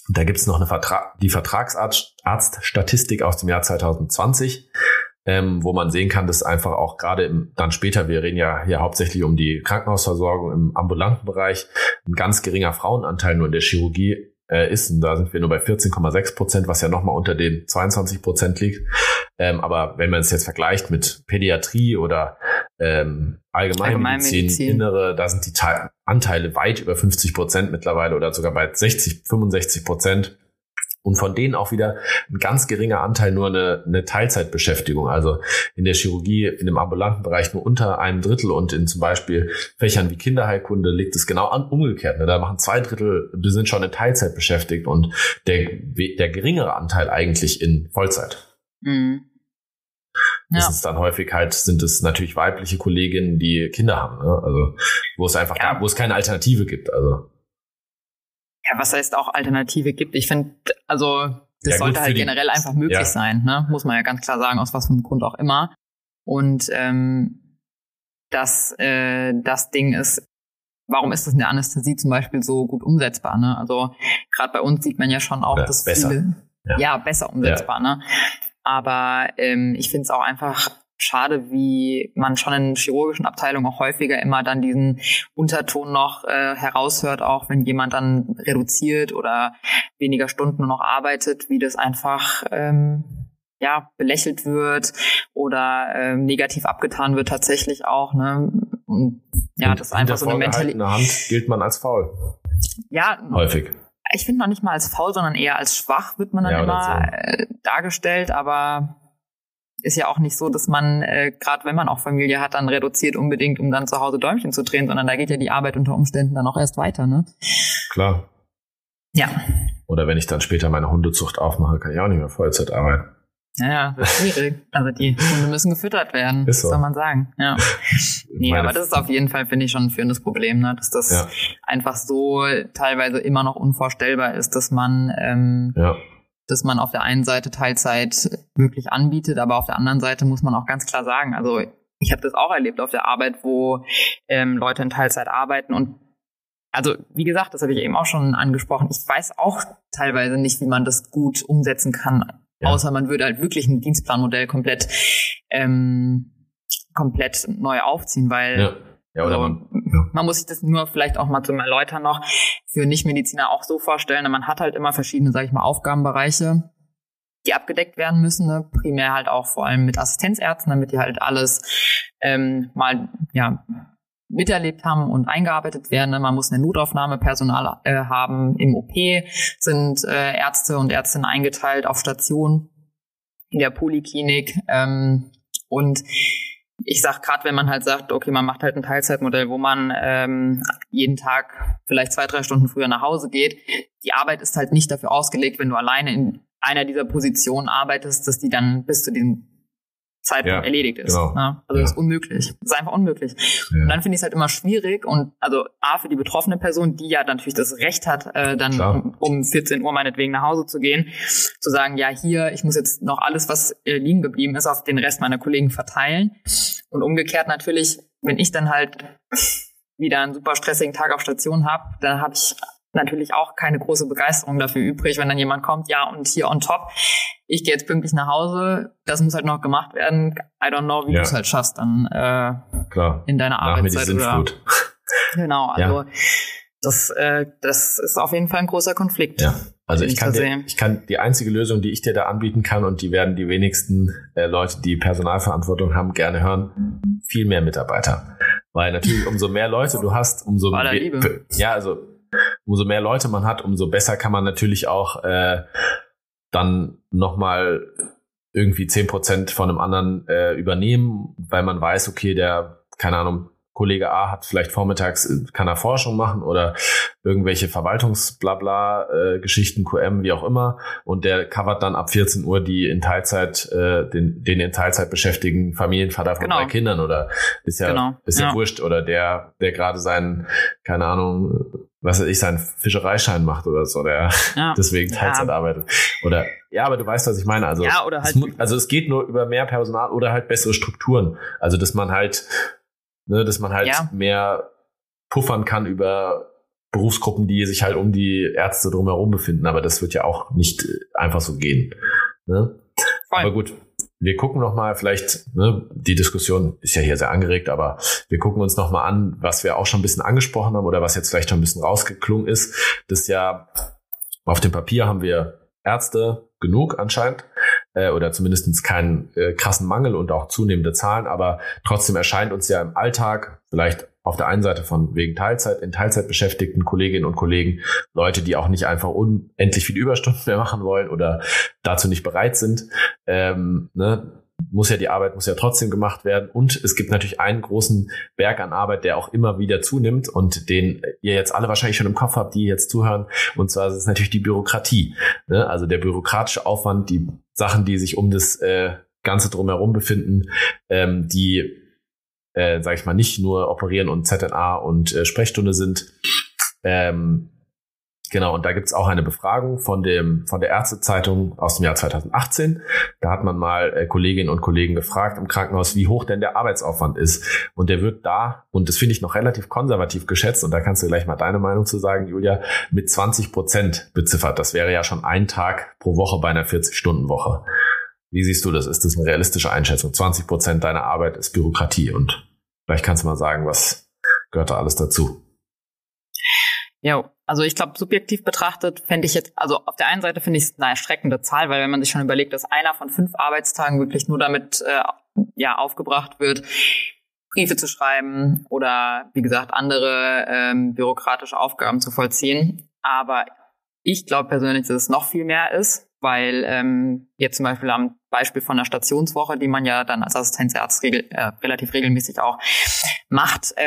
Da gibt's noch die Vertragsarztstatistik aus dem Jahr 2020, wo man sehen kann, dass einfach auch gerade dann später, wir reden ja hier hauptsächlich um die Krankenhausversorgung im ambulanten Bereich, ein ganz geringer Frauenanteil nur in der Chirurgie ist. Und da sind wir nur bei 14,6%, was ja nochmal unter den 22% liegt. Aber wenn man es jetzt vergleicht mit Pädiatrie oder Allgemeinmedizin, Innere, da sind die Anteile weit über 50% mittlerweile oder sogar bei 65%. Und von denen auch wieder ein ganz geringer Anteil nur eine Teilzeitbeschäftigung. Also in der Chirurgie, in dem ambulanten Bereich nur unter 1/3 und in zum Beispiel Fächern wie Kinderheilkunde liegt es genau umgekehrt. Da machen 2/3, die sind schon in Teilzeit beschäftigt und der geringere Anteil eigentlich in Vollzeit. Mhm. Ja. Das ist dann häufig sind es natürlich weibliche Kolleginnen, die Kinder haben, ne? Also wo es einfach wo es keine Alternative gibt. Also ja, was heißt auch Alternative gibt? Ich finde, also das sollte halt generell einfach möglich sein, ne? Muss man ja ganz klar sagen, aus was für einem Grund auch immer. Und das Ding ist, warum ist das in der Anästhesie zum Beispiel so gut umsetzbar, ne? Also gerade bei uns sieht man ja schon auch, dass besser. Viele, besser umsetzbar, ne? Aber ich finde es auch einfach schade, wie man schon in chirurgischen Abteilungen auch häufiger immer dann diesen Unterton noch heraushört, auch wenn jemand dann reduziert oder weniger Stunden nur noch arbeitet, wie das einfach belächelt wird oder negativ abgetan wird tatsächlich auch, ne? Und das ist einfach so eine Mentalität. In der Hand gilt man als faul. Ja. Häufig. Ich finde noch nicht mal als faul, sondern eher als schwach wird man dann immer dargestellt, aber ist ja auch nicht so, dass man, gerade wenn man auch Familie hat, dann reduziert unbedingt, um dann zu Hause Däumchen zu drehen, sondern da geht ja die Arbeit unter Umständen dann auch erst weiter, ne? Klar. Ja. Oder wenn ich dann später meine Hundezucht aufmache, kann ich auch nicht mehr Vollzeit arbeiten. Ja, das ist schwierig. Also die Hunde müssen gefüttert werden, ist so. Soll man sagen. Ja. Nee, aber das ist auf jeden Fall, finde ich, schon ein führendes Problem, ne? Dass das einfach so teilweise immer noch unvorstellbar ist, dass man auf der einen Seite Teilzeit wirklich anbietet, aber auf der anderen Seite muss man auch ganz klar sagen, also ich habe das auch erlebt auf der Arbeit, wo Leute in Teilzeit arbeiten und also wie gesagt, das habe ich eben auch schon angesprochen, ich weiß auch teilweise nicht, wie man das gut umsetzen kann, außer man würde halt wirklich ein Dienstplanmodell komplett neu aufziehen, weil man muss sich das nur vielleicht auch mal zum Erläutern noch für Nichtmediziner auch so vorstellen. Man hat halt immer verschiedene, sage ich mal, Aufgabenbereiche, die abgedeckt werden müssen. Ne? Primär halt auch vor allem mit Assistenzärzten, damit die halt alles mal miterlebt haben und eingearbeitet werden. Ne? Man muss eine Notaufnahmepersonal haben. Im OP sind Ärzte und Ärztinnen eingeteilt auf Station in der Poliklinik und ich sag gerade, wenn man halt sagt, okay, man macht halt ein Teilzeitmodell, wo man jeden Tag vielleicht 2-3 Stunden früher nach Hause geht. Die Arbeit ist halt nicht dafür ausgelegt, wenn du alleine in einer dieser Positionen arbeitest, dass die dann bis zu diesem Zeitpunkt erledigt ist. Genau. Ne? Also das ist unmöglich. Das ist einfach unmöglich. Ja. Und dann finde ich es halt immer schwierig und also für die betroffene Person, die ja natürlich das Recht hat, dann um 14 Uhr meinetwegen nach Hause zu gehen, zu sagen, ja hier, ich muss jetzt noch alles, was liegen geblieben ist, auf den Rest meiner Kollegen verteilen. Und umgekehrt natürlich, wenn ich dann halt wieder einen super stressigen Tag auf Station habe, dann habe ich natürlich auch keine große Begeisterung dafür übrig, wenn dann jemand kommt, und hier on top, ich gehe jetzt pünktlich nach Hause, das muss halt noch gemacht werden, I don't know, wie du es halt schaffst dann in deiner Arbeitszeit. Genau, also das ist auf jeden Fall ein großer Konflikt. Ja. Also ich kann die einzige Lösung, die ich dir da anbieten kann, und die werden die wenigsten Leute, die Personalverantwortung haben, gerne hören, viel mehr Mitarbeiter. Weil natürlich umso mehr Leute du hast, umso mehr Leute man hat, umso besser kann man natürlich auch dann nochmal irgendwie 10% von einem anderen übernehmen, weil man weiß, okay, der, keine Ahnung, Kollege A hat vielleicht vormittags, kann er Forschung machen oder irgendwelche Verwaltungsblabla-Geschichten, QM, wie auch immer, und der covert dann ab 14 Uhr die in Teilzeit, den in Teilzeit beschäftigten Familienvater von 3 Kindern oder ist ja wurscht, oder der gerade seinen, keine Ahnung, was weiß ich, seinen Fischereischein macht oder so, der deswegen Teilzeit arbeitet. Oder, aber du weißt, was ich meine. Also, oder halt es geht nur über mehr Personal oder halt bessere Strukturen. Also, dass man halt mehr puffern kann über Berufsgruppen, die sich halt um die Ärzte drumherum befinden, aber das wird ja auch nicht einfach so gehen. Ne? Aber gut, wir gucken noch mal vielleicht, ne, die Diskussion ist ja hier sehr angeregt, aber wir gucken uns noch mal an, was wir auch schon ein bisschen angesprochen haben oder was jetzt vielleicht schon ein bisschen rausgeklungen ist. Das ist ja, auf dem Papier haben wir Ärzte genug anscheinend, oder zumindest keinen krassen Mangel und auch zunehmende Zahlen, aber trotzdem erscheint uns ja im Alltag vielleicht auf der einen Seite von wegen in Teilzeit beschäftigten Kolleginnen und Kollegen Leute, die auch nicht einfach unendlich viele Überstunden mehr machen wollen oder dazu nicht bereit sind. Die Arbeit muss ja trotzdem gemacht werden. Und es gibt natürlich einen großen Berg an Arbeit, der auch immer wieder zunimmt und den ihr jetzt alle wahrscheinlich schon im Kopf habt, die jetzt zuhören. Und zwar ist es natürlich die Bürokratie. Ne? Also der bürokratische Aufwand, die Sachen, die sich um das Ganze drumherum befinden, die sage ich mal, nicht nur Operieren und ZNA und Sprechstunde sind. Genau, und da gibt's auch eine Befragung von der Ärztezeitung aus dem Jahr 2018. Da hat man mal Kolleginnen und Kollegen gefragt im Krankenhaus, wie hoch denn der Arbeitsaufwand ist. Und der wird da, und das finde ich noch relativ konservativ geschätzt, und da kannst du gleich mal deine Meinung zu sagen, Julia, mit 20% beziffert. Das wäre ja schon ein Tag pro Woche bei einer 40-Stunden-Woche. Wie siehst du das? Ist das eine realistische Einschätzung? 20% deiner Arbeit ist Bürokratie, und vielleicht kannst du mal sagen, was gehört da alles dazu? Ja, also ich glaube, subjektiv betrachtet fände ich jetzt, also auf der einen Seite finde ich es eine erschreckende Zahl, weil wenn man sich schon überlegt, dass einer von 5 Arbeitstagen wirklich nur damit aufgebracht wird, Briefe zu schreiben oder wie gesagt andere bürokratische Aufgaben zu vollziehen. Aber ich glaube persönlich, dass es noch viel mehr ist, weil jetzt zum Beispiel am Beispiel von der Stationswoche, die man ja dann als Assistenzarzt relativ regelmäßig auch macht,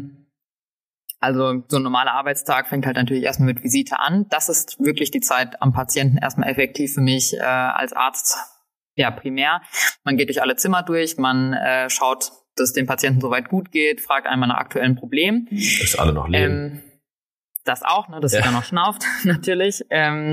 also so ein normaler Arbeitstag fängt halt natürlich erstmal mit Visite an. Das ist wirklich die Zeit am Patienten erstmal effektiv für mich als Arzt, ja, primär. Man geht durch alle Zimmer durch, man schaut, dass es dem Patienten soweit gut geht, fragt einmal nach aktuellen Problemen. Dass alle noch leben. Das auch, ne, dass jeder noch schnauft, natürlich.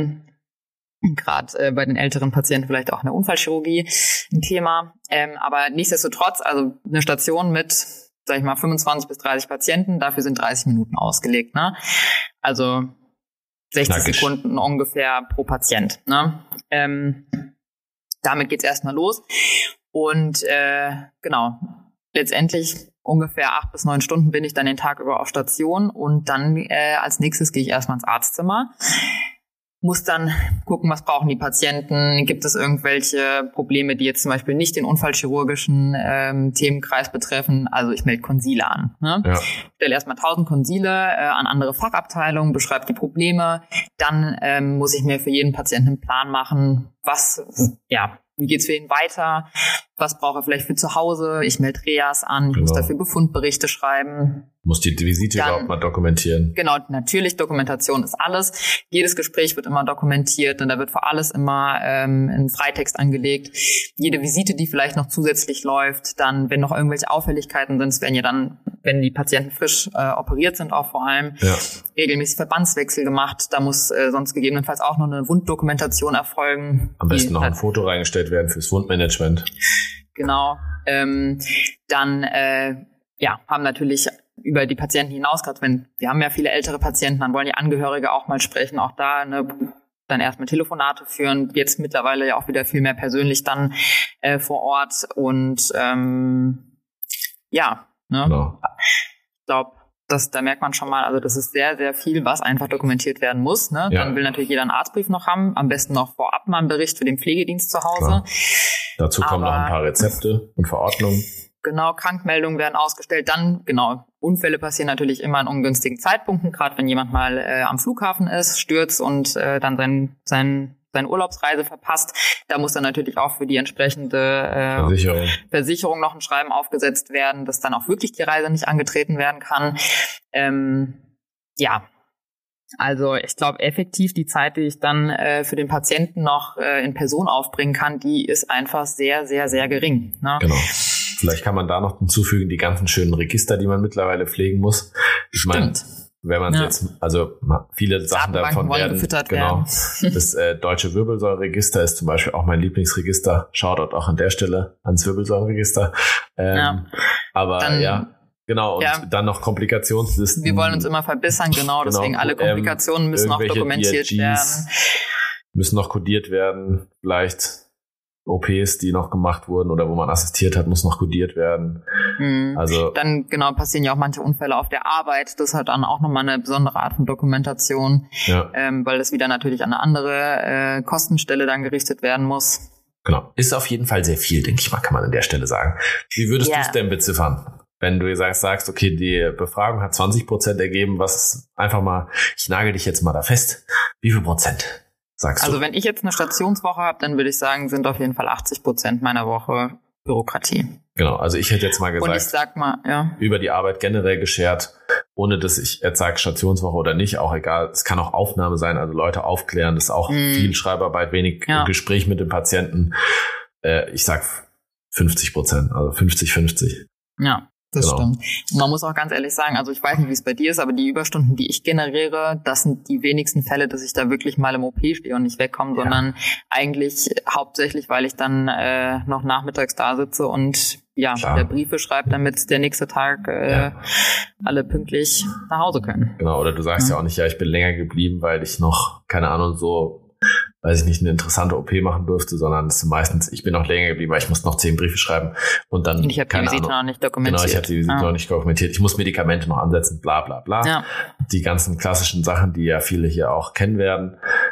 Gerade bei den älteren Patienten vielleicht auch eine Unfallchirurgie ein Thema. Aber nichtsdestotrotz, also eine Station mit, sag ich mal, 25 bis 30 Patienten, dafür sind 30 Minuten ausgelegt, ne? Also 60 Sekunden ungefähr pro Patient, ne? Damit geht's erstmal los. Und genau, letztendlich ungefähr 8 bis 9 Stunden bin ich dann den Tag über auf Station und dann als nächstes gehe ich erstmal ins Arztzimmer. Muss dann gucken, was brauchen die Patienten, gibt es irgendwelche Probleme, die jetzt zum Beispiel nicht den unfallchirurgischen Themenkreis betreffen. Also ich melde Konsile an. Ne? Ja. Stelle erstmal 1000 Konsile an andere Fachabteilungen, beschreibe die Probleme. Dann muss ich mir für jeden Patienten einen Plan machen, wie geht's für ihn weiter, was braucht er vielleicht für zu Hause. Ich melde Reas an, ich muss dafür Befundberichte schreiben. Muss die Visite überhaupt mal dokumentieren. Genau, natürlich, Dokumentation ist alles. Jedes Gespräch wird immer dokumentiert und da wird für alles immer ein Freitext angelegt. Jede Visite, die vielleicht noch zusätzlich läuft, dann, wenn noch irgendwelche Auffälligkeiten sind, werden ja dann, wenn die Patienten frisch operiert sind, auch vor allem, regelmäßig Verbandswechsel gemacht. Da muss sonst gegebenenfalls auch noch eine Wunddokumentation erfolgen. Am besten noch ein Foto reingestellt werden fürs Wundmanagement. Genau. Dann haben natürlich über die Patienten hinaus, gerade wir haben ja viele ältere Patienten, dann wollen die Angehörige auch mal sprechen, auch da dann erstmal Telefonate führen, jetzt mittlerweile ja auch wieder viel mehr persönlich dann vor Ort und Genau. Ich glaube, da merkt man schon mal, also das ist sehr, sehr viel, was einfach dokumentiert werden muss. Ne? Ja. Dann will natürlich jeder einen Arztbrief noch haben, am besten noch vorab mal einen Bericht für den Pflegedienst zu Hause. Klar. Dazu kommen noch ein paar Rezepte und Verordnungen. Genau, Krankmeldungen werden ausgestellt. Dann, Unfälle passieren natürlich immer an ungünstigen Zeitpunkten, gerade wenn jemand mal am Flughafen ist, stürzt und dann seine Urlaubsreise verpasst. Da muss dann natürlich auch für die entsprechende Versicherung noch ein Schreiben aufgesetzt werden, dass dann auch wirklich die Reise nicht angetreten werden kann. Also ich glaube, effektiv die Zeit, die ich dann für den Patienten noch in Person aufbringen kann, die ist einfach sehr, sehr, sehr gering. Ne? Genau. Vielleicht kann man da noch hinzufügen, die ganzen schönen Register, die man mittlerweile pflegen muss. Ich meine, wenn man jetzt, also viele Sachen davon werden, genau. Das deutsche Wirbelsäureregister ist zum Beispiel auch mein Lieblingsregister. Shoutout auch an der Stelle ans Wirbelsäureregister. Aber dann, Genau, und dann noch Komplikationslisten. Wir wollen uns immer verbessern, genau, deswegen alle Komplikationen müssen auch dokumentiert werden. Müssen noch kodiert werden, vielleicht OPs, die noch gemacht wurden oder wo man assistiert hat, muss noch kodiert werden. Also dann passieren ja auch manche Unfälle auf der Arbeit. Das hat dann auch nochmal eine besondere Art von Dokumentation, weil das wieder natürlich an eine andere Kostenstelle dann gerichtet werden muss. Genau. Ist auf jeden Fall sehr viel, denke ich mal, kann man an der Stelle sagen. Wie würdest du es denn beziffern? Wenn du sagst, okay, die Befragung hat 20% ergeben, was einfach mal, ich nagel dich jetzt mal da fest. Wie viel Prozent? Also wenn ich jetzt eine Stationswoche habe, dann würde ich sagen, sind auf jeden Fall 80% meiner Woche Bürokratie. Genau, also ich hätte jetzt mal gesagt, und ich sag mal, über die Arbeit generell geschert, ohne dass ich jetzt sage Stationswoche oder nicht, auch egal, es kann auch Aufnahme sein, also Leute aufklären, das ist auch viel Schreibarbeit, wenig Gespräch mit dem Patienten. Ich sag 50%, also 50-50. Ja. Das stimmt. Und man muss auch ganz ehrlich sagen, also ich weiß nicht, wie es bei dir ist, aber die Überstunden, die ich generiere, das sind die wenigsten Fälle, dass ich da wirklich mal im OP stehe und nicht wegkomme, sondern eigentlich hauptsächlich, weil ich dann noch nachmittags da sitze und der Briefe schreibe, damit der nächste Tag alle pünktlich nach Hause können. Genau, oder du sagst ja auch nicht, ich bin länger geblieben, weil ich noch, keine Ahnung, so weiß ich nicht, eine interessante OP machen durfte, sondern es ist meistens, ich bin noch länger geblieben, weil ich muss noch 10 Briefe schreiben und dann, ich habe die Visite noch nicht dokumentiert. Genau, ich habe die Visite noch nicht dokumentiert. Ich muss Medikamente noch ansetzen, bla bla bla. Ja. Die ganzen klassischen Sachen, die ja viele hier auch kennen werden.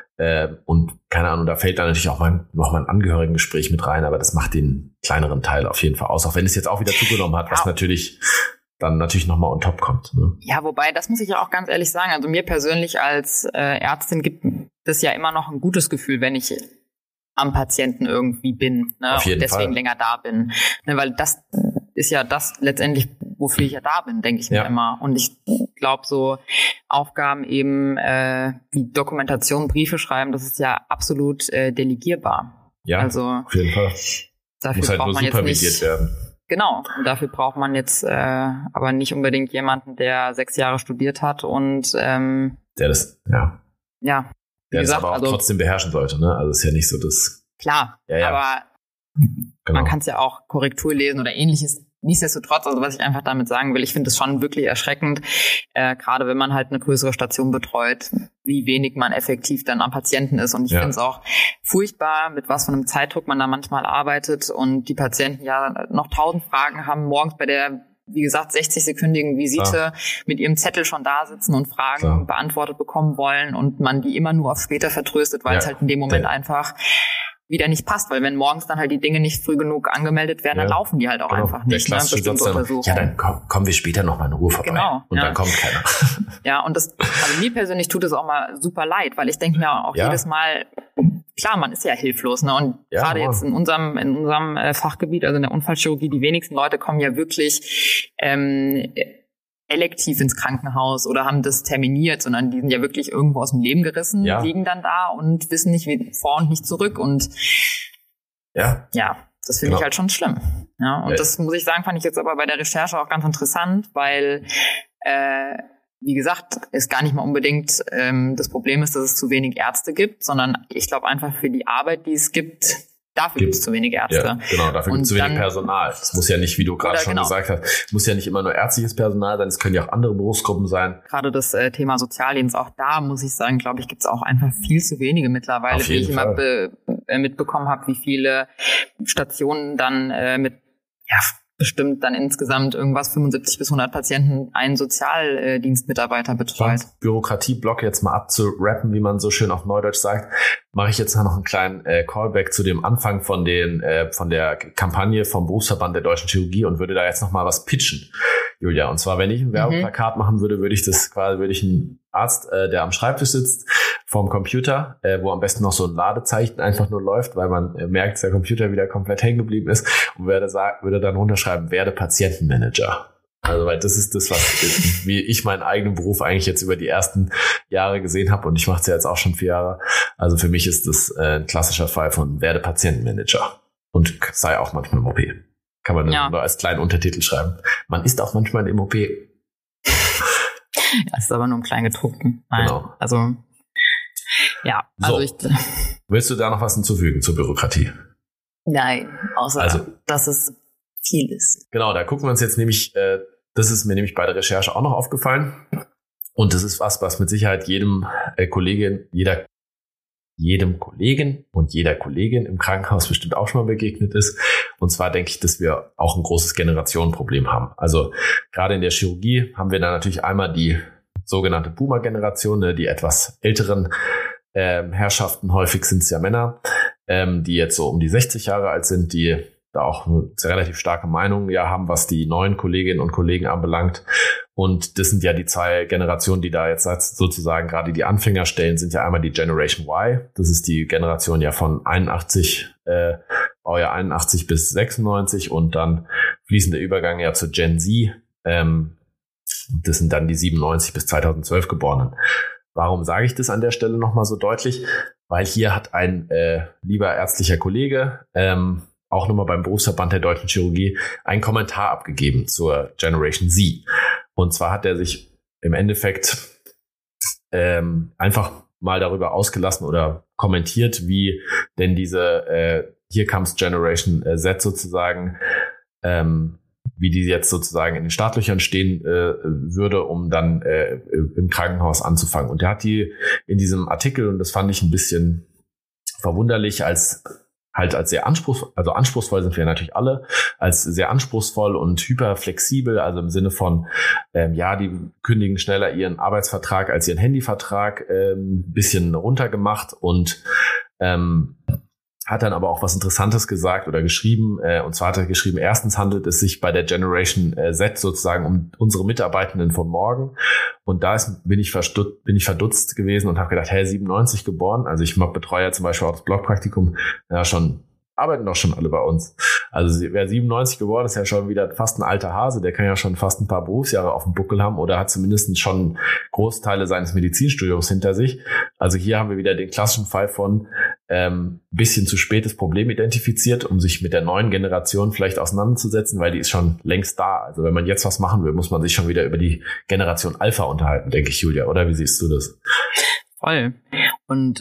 Und keine Ahnung, da fällt dann natürlich auch noch mal ein Angehörigengespräch mit rein, aber das macht den kleineren Teil auf jeden Fall aus, auch wenn es jetzt auch wieder zugenommen hat, was natürlich nochmal on top kommt. Ne? Ja, wobei, das muss ich ja auch ganz ehrlich sagen, also mir persönlich als Ärztin gibt das ja immer noch ein gutes Gefühl, wenn ich am Patienten irgendwie bin, ne? Auf jeden und deswegen Fall. länger da bin. Ne? Weil das ist ja das letztendlich, wofür ich ja da bin, denke ich mir immer. Und ich glaube, so Aufgaben eben wie Dokumentation, Briefe schreiben, das ist ja absolut delegierbar. Ja, also, auf jeden Fall. Dafür muss halt braucht nur man supervisiert jetzt nicht, werden. Genau, und dafür braucht man jetzt aber nicht unbedingt jemanden, der 6 Jahre studiert hat und der das, der das aber auch trotzdem beherrschen sollte, ne? Also ist ja nicht so, dass... Klar, aber man kann es ja auch Korrektur lesen oder ähnliches. Nichtsdestotrotz, also was ich einfach damit sagen will, ich finde es schon wirklich erschreckend, gerade wenn man halt eine größere Station betreut, wie wenig man effektiv dann am Patienten ist. Und ich finde es auch furchtbar, mit was von einem Zeitdruck man da manchmal arbeitet und die Patienten ja noch 1000 Fragen haben, morgens bei der, wie gesagt, 60-sekündigen Visite mit ihrem Zettel schon da sitzen und Fragen beantwortet bekommen wollen und man die immer nur auf später vertröstet, weil es halt in dem Moment einfach wieder nicht passt, weil wenn morgens dann halt die Dinge nicht früh genug angemeldet werden, dann laufen die halt auch einfach nicht. Ne? Bestimmte Untersuchungen. Ja, dann kommen wir später noch mal in Ruhe vorbei. Genau. Und dann kommt keiner. Ja, und also mir persönlich tut es auch mal super leid, weil ich denke mir auch jedes Mal, klar, man ist ja hilflos, ne? Und gerade jetzt in unserem Fachgebiet, also in der Unfallchirurgie, die wenigsten Leute kommen ja wirklich elektiv ins Krankenhaus oder haben das terminiert, sondern die sind ja wirklich irgendwo aus dem Leben gerissen, liegen dann da und wissen nicht wie vor und nicht zurück und das finde ich halt schon schlimm. Ja, und das muss ich sagen, fand ich jetzt aber bei der Recherche auch ganz interessant, weil wie gesagt, es gar nicht mal unbedingt das Problem ist, dass es zu wenig Ärzte gibt, sondern ich glaube einfach für die Arbeit, die es gibt, dafür gibt es zu wenig Ärzte. Ja, genau, dafür gibt es zu wenig Personal. Das muss ja nicht, wie du gerade schon gesagt hast, muss ja nicht immer nur ärztliches Personal sein, es können ja auch andere Berufsgruppen sein. Gerade das Thema Sozialdienst, auch da muss ich sagen, glaube ich, gibt es auch einfach viel zu wenige mittlerweile, wie ich immer mitbekommen habe, wie viele Stationen dann mit bestimmt dann insgesamt irgendwas 75 bis 100 Patienten einen Sozialdienstmitarbeiter betreut. Bürokratieblock jetzt mal abzurappen, wie man so schön auf Neudeutsch sagt, mache ich jetzt noch einen kleinen Callback zu dem Anfang von der Kampagne vom Berufsverband der Deutschen Chirurgie und würde da jetzt noch mal was pitchen, Julia. Und zwar, wenn ich ein Werbeplakat machen würde, würde ich einen Arzt, der am Schreibtisch sitzt, vorm Computer, wo am besten noch so ein Ladezeichen einfach nur läuft, weil man merkt, dass der Computer wieder komplett hängen geblieben ist und würde dann runterschreiben, werde Patientenmanager. Also, weil das ist das, wie ich meinen eigenen Beruf eigentlich jetzt über die ersten Jahre gesehen habe und ich mache es ja jetzt auch schon 4 Jahre. Also für mich ist das ein klassischer Fall von werde Patientenmanager und sei auch manchmal im OP. Kann man nur als kleinen Untertitel schreiben. Man ist auch manchmal im OP. Ja, ist aber nur im Kleingedruckten. Genau. Also, willst du da noch was hinzufügen zur Bürokratie? Nein, außer dass es viel ist. Genau, da gucken wir uns jetzt nämlich Das ist mir nämlich bei der Recherche auch noch aufgefallen. Und das ist was mit Sicherheit jedem Kollegen und jeder Kollegin im Krankenhaus bestimmt auch schon mal begegnet ist. Und zwar denke ich, dass wir auch ein großes Generationenproblem haben. Also gerade in der Chirurgie haben wir da natürlich einmal die sogenannte Boomer-Generation, ne, die etwas älteren Herrschaften, häufig sind es ja Männer, die jetzt so um die 60 Jahre alt sind, die da auch eine relativ starke Meinung haben, was die neuen Kolleginnen und Kollegen anbelangt. Und das sind ja die zwei Generationen, die da jetzt sozusagen gerade die Anfänger stellen, sind ja einmal die Generation Y. Das ist die Generation ja von Baujahr 81 bis 96 und dann fließender Übergang ja zur Gen Z. Das sind dann die 97 bis 2012 Geborenen. Warum sage ich das an der Stelle nochmal so deutlich? Weil hier hat ein lieber ärztlicher Kollege auch nochmal beim Berufsverband der Deutschen Chirurgie einen Kommentar abgegeben zur Generation Z. Und zwar hat er sich im Endeffekt einfach mal darüber ausgelassen oder kommentiert, wie denn diese Here Comes Generation Z sozusagen, wie die jetzt sozusagen in den Startlöchern stehen würde, um dann im Krankenhaus anzufangen. Und er hat die in diesem Artikel, und das fand ich ein bisschen verwunderlich, als sehr anspruchsvoll sind wir natürlich alle, als sehr anspruchsvoll und hyperflexibel, also im Sinne von, die kündigen schneller ihren Arbeitsvertrag als ihren Handyvertrag, bisschen runtergemacht und hat dann aber auch was Interessantes gesagt oder geschrieben. Und zwar hat er geschrieben, erstens handelt es sich bei der Generation Z sozusagen um unsere Mitarbeitenden von morgen. Und da bin ich verdutzt gewesen und habe gedacht, 97 geboren. Also ich betreue ja zum Beispiel auch das Blockpraktikum. Arbeiten doch schon alle bei uns. Also wer 97 geboren ist, ja schon wieder fast ein alter Hase. Der kann ja schon fast ein paar Berufsjahre auf dem Buckel haben oder hat zumindest schon Großteile seines Medizinstudiums hinter sich. Also hier haben wir wieder den klassischen Fall von bisschen zu spätes Problem identifiziert, um sich mit der neuen Generation vielleicht auseinanderzusetzen, weil die ist schon längst da. Also wenn man jetzt was machen will, muss man sich schon wieder über die Generation Alpha unterhalten, denke ich, Julia. Oder wie siehst du das? Voll. Und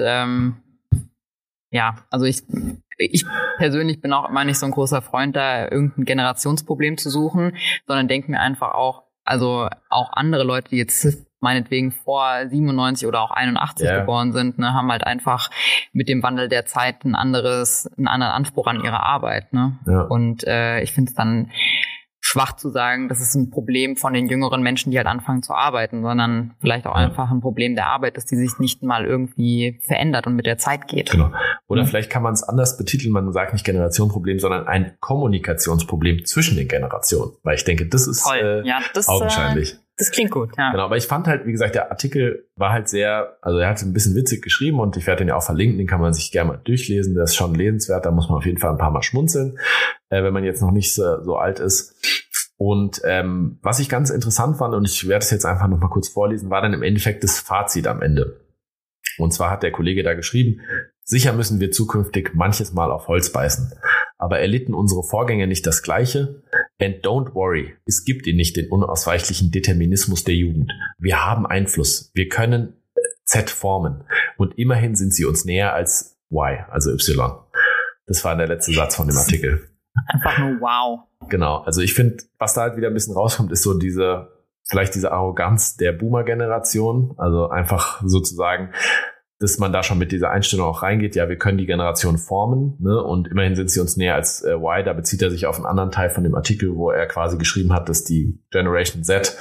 also ich persönlich bin auch immer nicht so ein großer Freund, da irgendein Generationsproblem zu suchen, sondern denke mir einfach auch, also auch andere Leute, die jetzt meinetwegen vor 97 oder auch 81 geboren sind, ne, haben halt einfach mit dem Wandel der Zeit einen anderen Anspruch an ihre Arbeit. Ne? Ja. Und ich finde es dann schwach zu sagen, das ist ein Problem von den jüngeren Menschen, die halt anfangen zu arbeiten, sondern vielleicht auch einfach ein Problem der Arbeit, dass die sich nicht mal irgendwie verändert und mit der Zeit geht. Genau. Oder vielleicht kann man es anders betiteln, man sagt nicht Generationenproblem, sondern ein Kommunikationsproblem zwischen den Generationen. Weil ich denke, das ist augenscheinlich. Das klingt gut, ja. Genau, aber ich fand halt, wie gesagt, der Artikel war halt er hat ein bisschen witzig geschrieben und ich werde den ja auch verlinken, den kann man sich gerne mal durchlesen, der ist schon lesenswert, da muss man auf jeden Fall ein paar Mal schmunzeln, wenn man jetzt noch nicht so alt ist. Und was ich ganz interessant fand, und ich werde es jetzt einfach noch mal kurz vorlesen, war dann im Endeffekt das Fazit am Ende. Und zwar hat der Kollege da geschrieben, sicher müssen wir zukünftig manches Mal auf Holz beißen. Aber erlitten unsere Vorgänger nicht das Gleiche? And don't worry, es gibt ihn nicht, den unausweichlichen Determinismus der Jugend. Wir haben Einfluss, wir können Z formen. Und immerhin sind sie uns näher als Y, also Y. Das war der letzte Satz von dem Artikel. Einfach nur wow. Genau, also ich finde, was da halt wieder ein bisschen rauskommt, ist so diese Arroganz der Boomer-Generation. Also einfach sozusagen, dass man da schon mit dieser Einstellung auch reingeht, ja, wir können die Generation formen, ne? Und immerhin sind sie uns näher als Y. Da bezieht er sich auf einen anderen Teil von dem Artikel, wo er quasi geschrieben hat, dass die Generation Z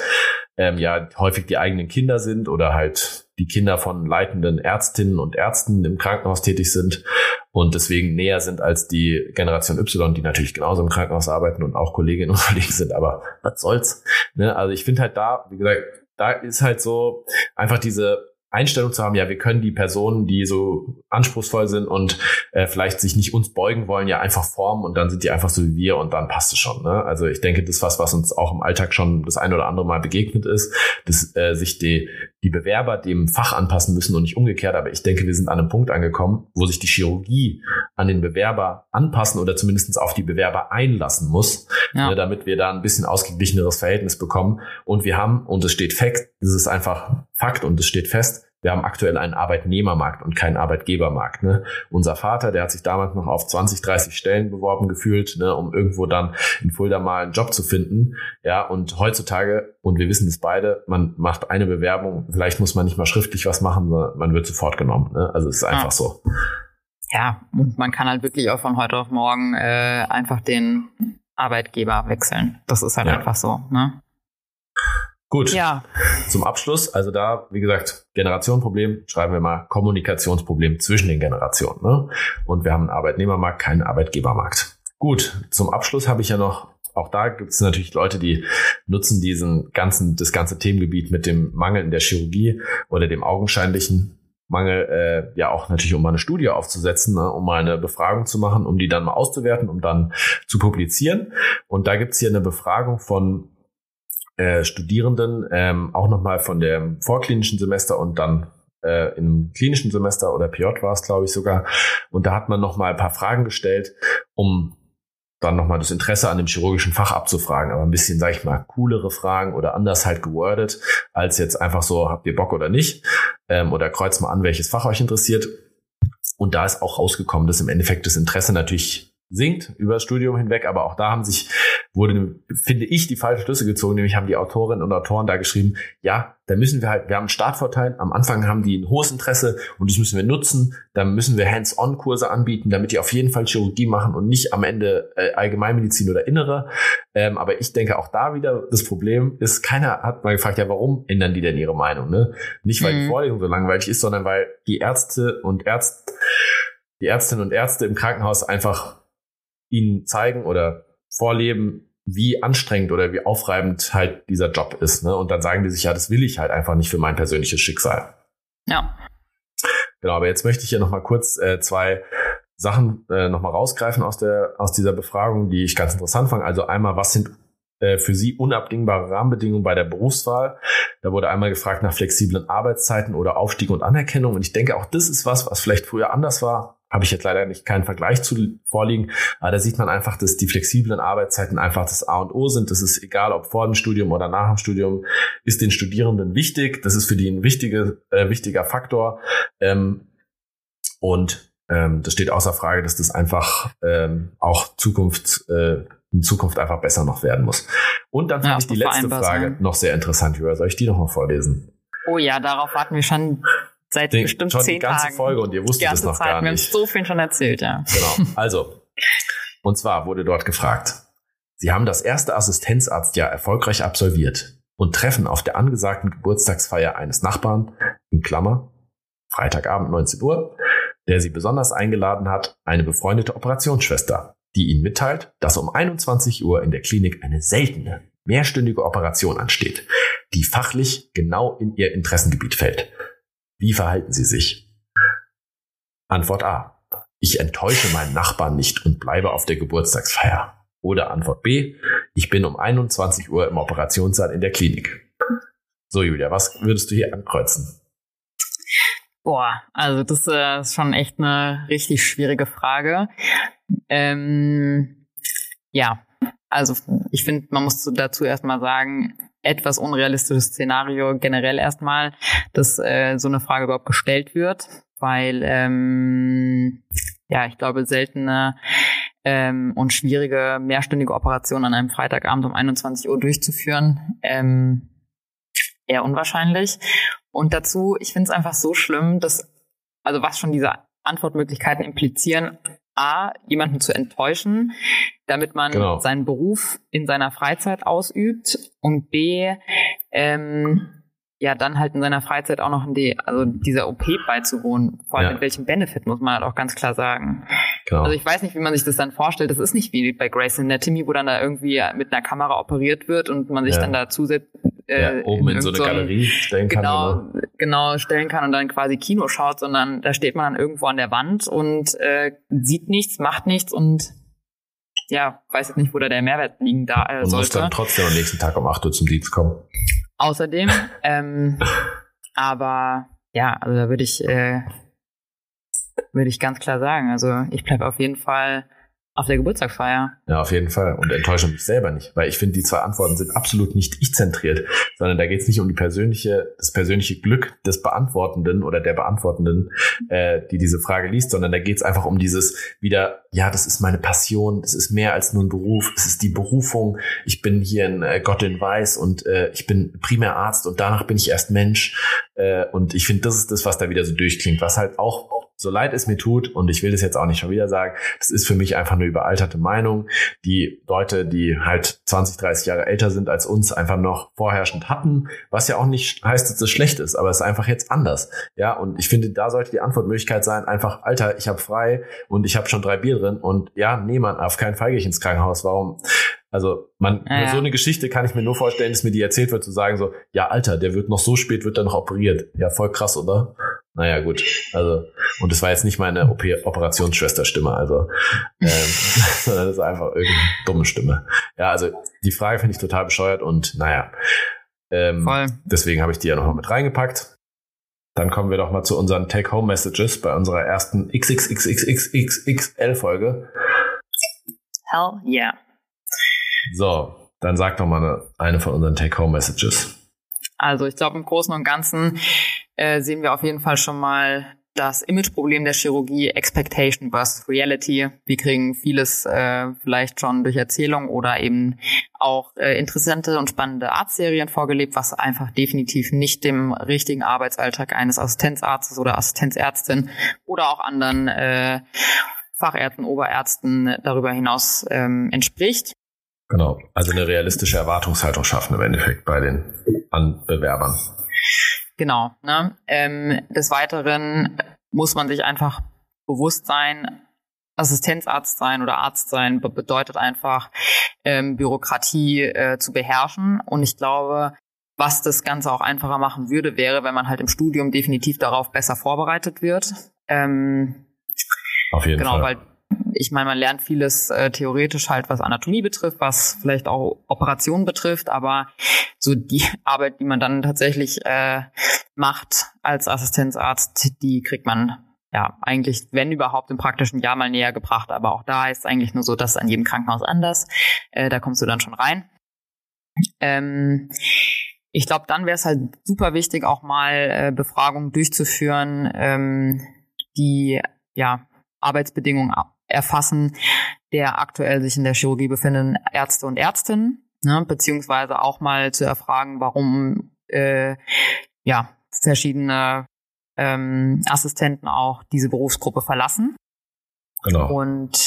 häufig die eigenen Kinder sind oder halt die Kinder von leitenden Ärztinnen und Ärzten im Krankenhaus tätig sind und deswegen näher sind als die Generation Y, die natürlich genauso im Krankenhaus arbeiten und auch Kolleginnen und Kollegen sind, aber was soll's, ne? Also ich finde halt da, wie gesagt, da ist halt so einfach diese Einstellung zu haben, ja, wir können die Personen, die so anspruchsvoll sind und vielleicht sich nicht uns beugen wollen, ja einfach formen und dann sind die einfach so wie wir und dann passt es schon. Ne? Also ich denke, das ist was uns auch im Alltag schon das ein oder andere Mal begegnet ist, dass sich die Bewerber dem Fach anpassen müssen und nicht umgekehrt. Aber ich denke, wir sind an einem Punkt angekommen, wo sich die Chirurgie an den Bewerber anpassen oder zumindest auf die Bewerber einlassen muss, damit wir da ein bisschen ausgeglicheneres Verhältnis bekommen. Und wir haben, und es steht fest, das ist einfach Fakt und es steht fest, wir haben aktuell einen Arbeitnehmermarkt und keinen Arbeitgebermarkt. Ne? Unser Vater, der hat sich damals noch auf 20, 30 Stellen beworben gefühlt, ne, um irgendwo dann in Fulda mal einen Job zu finden. Ja, und heutzutage, und wir wissen es beide, man macht eine Bewerbung, vielleicht muss man nicht mal schriftlich was machen, sondern man wird sofort genommen. Ne? Also es ist einfach so. Ja, und man kann halt wirklich auch von heute auf morgen einfach den Arbeitgeber wechseln. Das ist halt einfach so. Ne? Gut, ja. Zum Abschluss, also da, wie gesagt, Generationenproblem, schreiben wir mal Kommunikationsproblem zwischen den Generationen. Ne? Und wir haben einen Arbeitnehmermarkt, keinen Arbeitgebermarkt. Gut, zum Abschluss habe ich ja noch, auch da gibt es natürlich Leute, die nutzen das ganze Themengebiet mit dem Mangel in der Chirurgie oder dem augenscheinlichen Mangel, ja auch natürlich, um mal eine Studie aufzusetzen, ne, um mal eine Befragung zu machen, um die dann mal auszuwerten, um dann zu publizieren. Und da gibt's hier eine Befragung von Studierenden, auch nochmal von dem vorklinischen Semester und dann im klinischen Semester oder PJ war es, glaube ich, sogar. Und da hat man nochmal ein paar Fragen gestellt, um dann nochmal das Interesse an dem chirurgischen Fach abzufragen. Aber ein bisschen, sag ich mal, coolere Fragen oder anders halt gewordet, als jetzt einfach so, habt ihr Bock oder nicht? Oder kreuzt mal an, welches Fach euch interessiert. Und da ist auch rausgekommen, dass im Endeffekt das Interesse natürlich sinkt über das Studium hinweg, aber auch da wurde, finde ich, die falschen Schlüsse gezogen, nämlich haben die Autorinnen und Autoren da geschrieben, ja, da müssen wir haben einen Startvorteil, am Anfang haben die ein hohes Interesse und das müssen wir nutzen, dann müssen wir Hands-on-Kurse anbieten, damit die auf jeden Fall Chirurgie machen und nicht am Ende Allgemeinmedizin oder Innere, aber ich denke auch da wieder, das Problem ist, keiner hat mal gefragt, ja, warum ändern die denn ihre Meinung, ne? Nicht, weil die Vorlesung so langweilig ist, sondern weil die Ärztinnen und Ärzte im Krankenhaus einfach ihnen zeigen oder vorleben, wie anstrengend oder wie aufreibend halt dieser Job ist. Ne? Und dann sagen die sich, ja, das will ich halt einfach nicht für mein persönliches Schicksal. Ja. Genau, aber jetzt möchte ich hier nochmal kurz zwei Sachen nochmal rausgreifen aus dieser Befragung, die ich ganz interessant fand. Also einmal, was sind für Sie unabdingbare Rahmenbedingungen bei der Berufswahl? Da wurde einmal gefragt nach flexiblen Arbeitszeiten oder Aufstieg und Anerkennung. Und ich denke, auch das ist was vielleicht früher anders war. Habe ich jetzt leider keinen Vergleich zu vorliegen. Aber da sieht man einfach, dass die flexiblen Arbeitszeiten einfach das A und O sind. Das ist egal, ob vor dem Studium oder nach dem Studium, ist den Studierenden wichtig. Das ist für die ein wichtiger Faktor. Und das steht außer Frage, dass das einfach auch in Zukunft einfach besser noch werden muss. Und dann fand ich die letzte Frage noch sehr interessant. Soll ich die noch mal vorlesen? Oh ja, darauf warten wir schon seit bestimmt 10 Tagen. Die ganze Folge und ihr wusstet es noch gar nicht. Wir haben so viel schon erzählt, ja. Genau, also, und zwar wurde dort gefragt, Sie haben das erste Assistenzarztjahr erfolgreich absolviert und treffen auf der angesagten Geburtstagsfeier eines Nachbarn, in Klammer, Freitagabend 19 Uhr, der Sie besonders eingeladen hat, eine befreundete Operationsschwester, die Ihnen mitteilt, dass um 21 Uhr in der Klinik eine seltene, mehrstündige Operation ansteht, die fachlich genau in Ihr Interessengebiet fällt. Wie verhalten Sie sich? Antwort A. Ich enttäusche meinen Nachbarn nicht und bleibe auf der Geburtstagsfeier. Oder Antwort B. Ich bin um 21 Uhr im Operationssaal in der Klinik. So, Julia, was würdest du hier ankreuzen? Boah, also das ist schon echt eine richtig schwierige Frage. Ja, also ich finde, man muss dazu erstmal sagen, etwas unrealistisches Szenario generell erstmal, dass so eine Frage überhaupt gestellt wird, weil ja, ich glaube, seltene und schwierige mehrstündige Operationen an einem Freitagabend um 21 Uhr durchzuführen, eher unwahrscheinlich. Und dazu, ich finde es einfach so schlimm, dass, also was schon diese Antwortmöglichkeiten implizieren, A, jemanden zu enttäuschen, damit man seinen Beruf in seiner Freizeit ausübt, und B, ja, dann halt in seiner Freizeit auch noch dieser OP beizuwohnen. Vor allem mit welchem Benefit, muss man halt auch ganz klar sagen. Genau. Also ich weiß nicht, wie man sich das dann vorstellt. Das ist nicht wie bei Grey's Anatomy, wo dann da irgendwie mit einer Kamera operiert wird und man sich dann da zusetzt, oben in so eine Galerie stellen kann. Genau, stellen kann und dann quasi Kino schaut, sondern da steht man dann irgendwo an der Wand und sieht nichts, macht nichts und ja, weiß jetzt nicht, wo da der Mehrwert liegen da und sollte. Und muss dann trotzdem am nächsten Tag um 8 Uhr zum Dienst kommen. Außerdem, aber ja, also da würde ich ganz klar sagen, also ich bleibe auf jeden Fall Auf der Geburtstagsfeier. Ja, auf jeden Fall. Und enttäusche mich selber nicht, weil ich finde, die 2 Antworten sind absolut nicht ich-zentriert, sondern da geht es nicht um das persönliche Glück des Beantwortenden oder der Beantwortenden, die diese Frage liest, sondern da geht es einfach um dieses wieder, ja, das ist meine Passion, das ist mehr als nur ein Beruf, es ist die Berufung, ich bin hier ein Gott in Weiß und ich bin primär Arzt und danach bin ich erst Mensch. Und ich finde, das ist das, was da wieder so durchklingt, was halt auch, so leid es mir tut, und ich will das jetzt auch nicht schon wieder sagen, das ist für mich einfach eine überalterte Meinung, die Leute, die halt 20, 30 Jahre älter sind als uns, einfach noch vorherrschend hatten, was ja auch nicht heißt, dass es schlecht ist, aber es ist einfach jetzt anders. Ja, und ich finde, da sollte die Antwortmöglichkeit sein, einfach, Alter, ich habe frei und ich habe schon 3 Bier drin und ja, nee, Mann, auf keinen Fall gehe ich ins Krankenhaus, warum? Also so eine Geschichte kann ich mir nur vorstellen, dass mir die erzählt wird, zu sagen so, ja, Alter, der wird noch so spät, wird er noch operiert. Ja, voll krass, oder? Naja, gut. Also, und das war jetzt nicht meine Operationsschwesterstimme, also sondern das ist einfach irgendeine dumme Stimme. Ja, also die Frage finde ich total bescheuert und naja, deswegen habe ich die ja nochmal mit reingepackt. Dann kommen wir doch mal zu unseren Take-Home-Messages bei unserer ersten XXXXXXL-Folge. Hell yeah. So, dann sag doch mal eine von unseren Take-Home-Messages. Also ich glaube, im Großen und Ganzen sehen wir auf jeden Fall schon mal das Imageproblem der Chirurgie, Expectation versus Reality. Wir kriegen vieles vielleicht schon durch Erzählung oder eben auch interessante und spannende Arztserien vorgelebt, was einfach definitiv nicht dem richtigen Arbeitsalltag eines Assistenzarztes oder Assistenzärztin oder auch anderen Fachärzten, Oberärzten darüber hinaus entspricht. Genau, also eine realistische Erwartungshaltung schaffen im Endeffekt bei den Bewerbern. Genau. Ne? Des Weiteren muss man sich einfach bewusst sein, Assistenzarzt sein oder Arzt sein bedeutet einfach, Bürokratie zu beherrschen. Und ich glaube, was das Ganze auch einfacher machen würde, wäre, wenn man halt im Studium definitiv darauf besser vorbereitet wird. Auf jeden Fall. Weil ich meine, man lernt vieles theoretisch halt, was Anatomie betrifft, was vielleicht auch Operationen betrifft, aber so die Arbeit, die man dann tatsächlich macht als Assistenzarzt, die kriegt man ja eigentlich, wenn überhaupt, im praktischen Jahr mal näher gebracht. Aber auch da ist es eigentlich nur so, dass an jedem Krankenhaus anders. Da kommst du dann schon rein. Ich glaube, dann wäre es halt super wichtig, auch mal Befragungen durchzuführen, die ja Arbeitsbedingungen erfassen der aktuell sich in der Chirurgie befindenden Ärzte und Ärztinnen, ne, beziehungsweise auch mal zu erfragen, warum verschiedene Assistenten auch diese Berufsgruppe verlassen. Genau. Und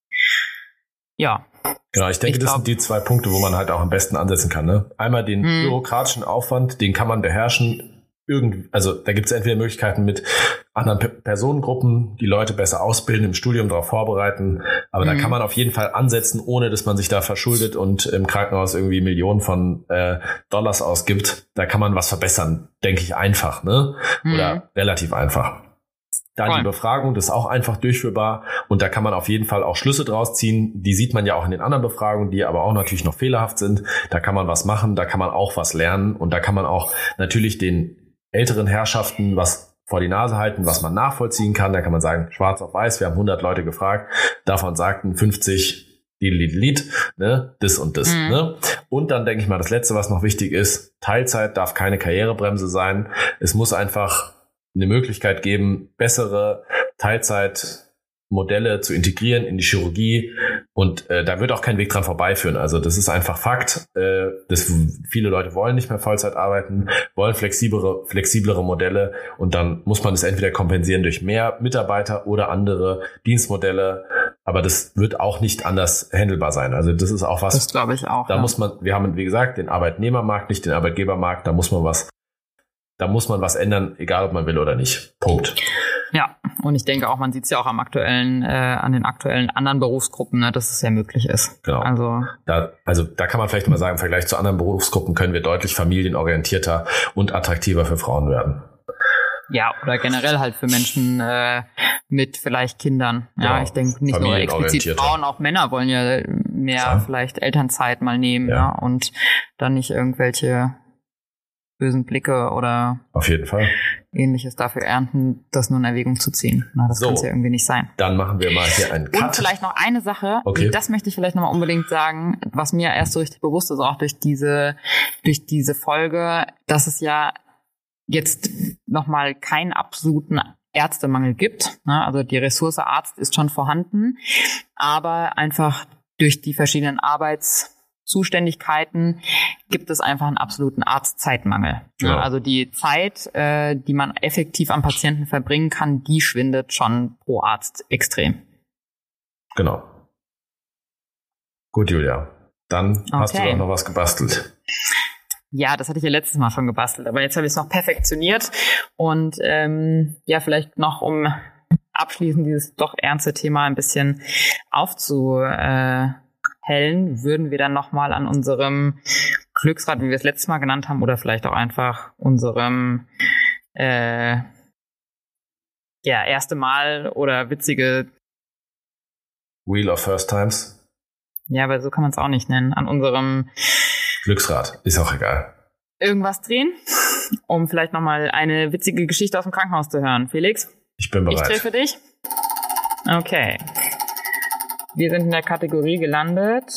ja. Genau, ich denke, das sind die 2 Punkte, wo man halt auch am besten ansetzen kann. Ne? Einmal den bürokratischen Aufwand, den kann man beherrschen. Also da gibt es entweder Möglichkeiten mit anderen Personengruppen, die Leute besser ausbilden, im Studium darauf vorbereiten, aber da kann man auf jeden Fall ansetzen, ohne dass man sich da verschuldet und im Krankenhaus irgendwie Millionen von Dollars ausgibt. Da kann man was verbessern, denke ich, einfach, ne? Oder relativ einfach. Dann die Befragung, das ist auch einfach durchführbar und da kann man auf jeden Fall auch Schlüsse draus ziehen. Die sieht man ja auch in den anderen Befragungen, die aber auch natürlich noch fehlerhaft sind. Da kann man was machen, da kann man auch was lernen und da kann man auch natürlich den älteren Herrschaften was vor die Nase halten, was man nachvollziehen kann. Da kann man sagen, schwarz auf weiß, wir haben 100 Leute gefragt, davon sagten 50 Lied, ne, das und das. Ne? Und dann denke ich mal, das Letzte, was noch wichtig ist, Teilzeit darf keine Karrierebremse sein. Es muss einfach eine Möglichkeit geben, bessere Teilzeitmodelle zu integrieren in die Chirurgie und da wird auch kein Weg dran vorbeiführen. Also das ist einfach Fakt, dass viele Leute wollen nicht mehr Vollzeit arbeiten, wollen flexiblere Modelle und dann muss man es entweder kompensieren durch mehr Mitarbeiter oder andere Dienstmodelle, aber das wird auch nicht anders handelbar sein. Also das ist auch was. Das glaube ich auch. Da muss man, wir haben wie gesagt den Arbeitnehmermarkt, nicht den Arbeitgebermarkt, da muss man was ändern, egal ob man will oder nicht. Punkt. Ja, und ich denke auch, man sieht es ja auch an den aktuellen anderen Berufsgruppen, ne, dass es ja möglich ist. Genau. Also da kann man vielleicht mal sagen, im Vergleich zu anderen Berufsgruppen können wir deutlich familienorientierter und attraktiver für Frauen werden. Ja, oder generell halt für Menschen mit vielleicht Kindern. Ja, genau. Ich denke nicht nur explizit Frauen, auch Männer wollen ja mehr vielleicht Elternzeit mal nehmen, ja, und dann nicht irgendwelche bösen Blicke oder auf jeden Fall Ähnliches dafür ernten, das nur in Erwägung zu ziehen. Na, das kann es ja irgendwie nicht sein. Dann machen wir mal hier einen Cut. Und vielleicht noch eine Sache, das möchte ich vielleicht nochmal unbedingt sagen, was mir erst so richtig bewusst ist, auch durch diese Folge, dass es ja jetzt nochmal keinen absoluten Ärztemangel gibt. Also die Ressource Arzt ist schon vorhanden, aber einfach durch die verschiedenen Arbeitszuständigkeiten gibt es einfach einen absoluten Arztzeitmangel. Ja. Also die Zeit, die man effektiv am Patienten verbringen kann, die schwindet schon pro Arzt extrem. Genau. Gut, Julia. Dann hast du doch noch was gebastelt. Ja, das hatte ich ja letztes Mal schon gebastelt, aber jetzt habe ich es noch perfektioniert und vielleicht noch, um abschließend dieses doch ernste Thema ein bisschen aufzuhellen, würden wir dann nochmal an unserem Glücksrad, wie wir es letztes Mal genannt haben, oder vielleicht auch einfach unserem erste Mal oder witzige Wheel of First Times. Ja, aber so kann man es auch nicht nennen. An unserem Glücksrad, ist auch egal. Irgendwas drehen, um vielleicht nochmal eine witzige Geschichte aus dem Krankenhaus zu hören. Felix? Ich bin bereit. Ich drehe für dich. Okay. Wir sind in der Kategorie gelandet.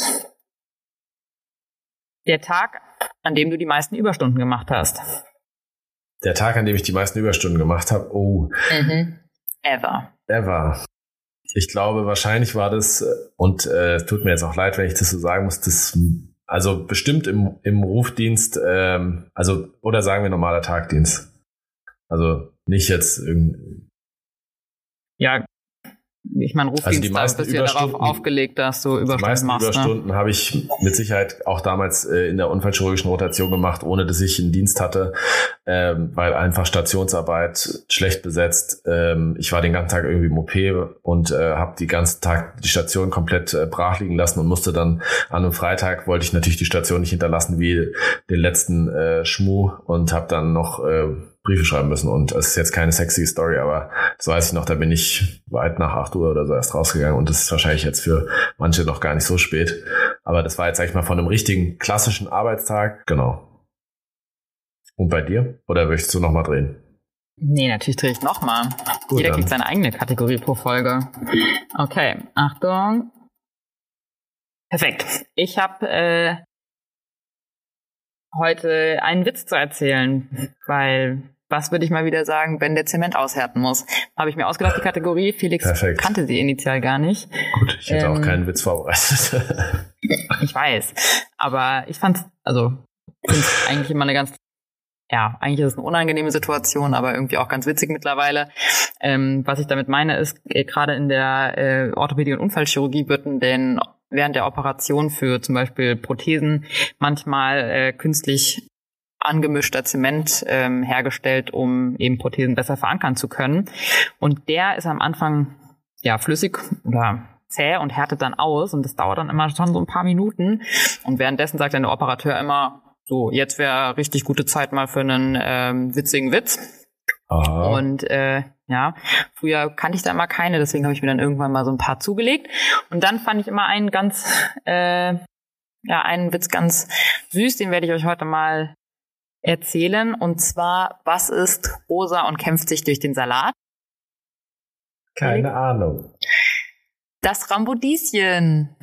Der Tag, an dem du die meisten Überstunden gemacht hast. Der Tag, an dem ich die meisten Überstunden gemacht habe? Oh. Ever. Ich glaube, wahrscheinlich war das, und es tut mir jetzt auch leid, wenn ich das so sagen muss, also bestimmt im Rufdienst, oder sagen wir normaler Tagdienst. Also nicht jetzt irgendwie. Ja, ich meine, Rufdienst, also da bist du ja darauf aufgelegt, dass du Überstunden machst. Die meisten Überstunden habe ich mit Sicherheit auch damals in der unfallchirurgischen Rotation gemacht, ohne dass ich einen Dienst hatte, weil einfach Stationsarbeit schlecht besetzt. Ich war den ganzen Tag irgendwie im OP und habe den ganzen Tag die Station komplett brach liegen lassen und musste dann an einem Freitag, wollte ich natürlich die Station nicht hinterlassen wie den letzten Schmuh und habe dann noch Briefe schreiben müssen, und es ist jetzt keine sexy Story, aber das weiß ich noch, da bin ich weit nach 8 Uhr oder so erst rausgegangen, und das ist wahrscheinlich jetzt für manche noch gar nicht so spät, aber das war jetzt, sag ich mal, von einem richtigen klassischen Arbeitstag. Genau. Und bei dir? Oder möchtest du nochmal drehen? Nee, natürlich drehe ich nochmal. Jeder kriegt seine eigene Kategorie pro Folge. Okay, Achtung. Perfekt. Ich habe heute einen Witz zu erzählen, weil was würde ich mal wieder sagen, wenn der Zement aushärten muss? Habe ich mir ausgedacht, die Kategorie. Felix kannte sie initial gar nicht. Gut, ich hätte auch keinen Witz vorbereitet. Ich weiß, aber ich fand's, finde eigentlich immer eine ganz, eigentlich ist es eine unangenehme Situation, aber irgendwie auch ganz witzig mittlerweile. Was ich damit meine, ist, gerade in der Orthopädie und Unfallchirurgie wird während der Operation für zum Beispiel Prothesen manchmal künstlich angemischter Zement hergestellt, um eben Prothesen besser verankern zu können. Und der ist am Anfang flüssig oder zäh und härtet dann aus, und das dauert dann immer schon so ein paar Minuten. Und währenddessen sagt dann der Operateur immer, so, jetzt wäre richtig gute Zeit mal für einen witzigen Witz. Aha. Und früher kannte ich da immer keine, deswegen habe ich mir dann irgendwann mal so ein paar zugelegt. Und dann fand ich immer einen einen Witz ganz süß, den werde ich euch heute mal erzählen. Und zwar, was ist rosa und kämpft sich durch den Salat? Keine Ahnung. Das Rambodieschen.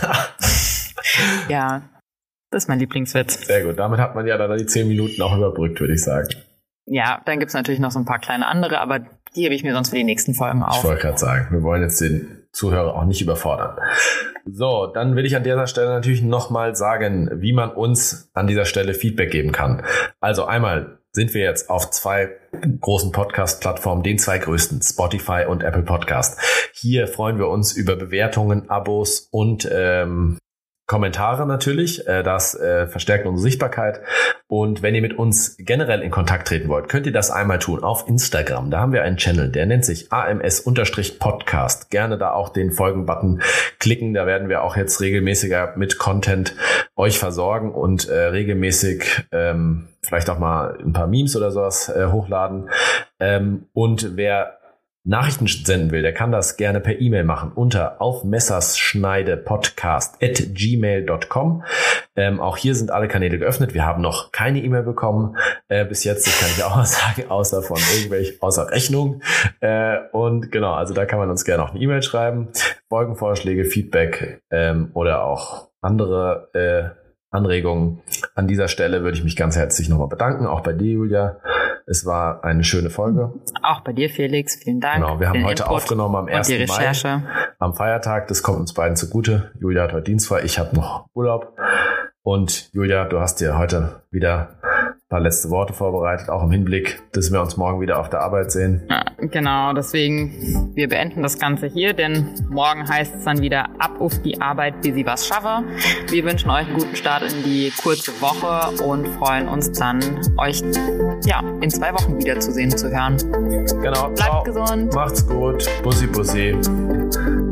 Ja, das ist mein Lieblingswitz. Sehr gut, damit hat man ja dann die 10 Minuten auch überbrückt, würde ich sagen. Ja, dann gibt's natürlich noch so ein paar kleine andere, aber die hebe ich mir sonst für die nächsten Folgen auf. Ich wollte gerade sagen, wir wollen jetzt den Zuhörer auch nicht überfordern. So, dann will ich an dieser Stelle natürlich nochmal sagen, wie man uns an dieser Stelle Feedback geben kann. Also einmal sind wir jetzt auf 2 großen Podcast-Plattformen, den 2 größten, Spotify und Apple Podcast. Hier freuen wir uns über Bewertungen, Abos und Kommentare natürlich, das verstärkt unsere Sichtbarkeit. Und wenn ihr mit uns generell in Kontakt treten wollt, könnt ihr das einmal tun auf Instagram. Da haben wir einen Channel, der nennt sich AMS-Podcast. Gerne da auch den Folgen-Button klicken. Da werden wir auch jetzt regelmäßiger mit Content euch versorgen und regelmäßig vielleicht auch mal ein paar Memes oder sowas hochladen. Und wer Nachrichten senden will, der kann das gerne per E-Mail machen unter aufmesserschneidepodcast@gmail.com. Auch hier sind alle Kanäle geöffnet. Wir haben noch keine E-Mail bekommen bis jetzt, das kann ich auch sagen, außer Rechnung. Und genau, also da kann man uns gerne auch eine E-Mail schreiben. Folgenvorschläge, Feedback oder auch andere Anregungen. An dieser Stelle würde ich mich ganz herzlich nochmal bedanken, auch bei dir, Julia. Es war eine schöne Folge. Auch bei dir, Felix. Vielen Dank. Genau, wir haben heute Input aufgenommen am 1. Mai, am Feiertag. Das kommt uns beiden zugute. Julia hat heute Dienstfrei, ich habe noch Urlaub. Und Julia, du hast dir heute wieder ein paar letzte Worte vorbereitet, auch im Hinblick, dass wir uns morgen wieder auf der Arbeit sehen. Ja, genau, deswegen, wir beenden das Ganze hier, denn morgen heißt es dann wieder ab auf die Arbeit, bis ich was schaffe. Wir wünschen euch einen guten Start in die kurze Woche und freuen uns dann, euch in 2 Wochen wiederzusehen, zu hören. Genau, bleibt gesund. Macht's gut. Bussi, bussi.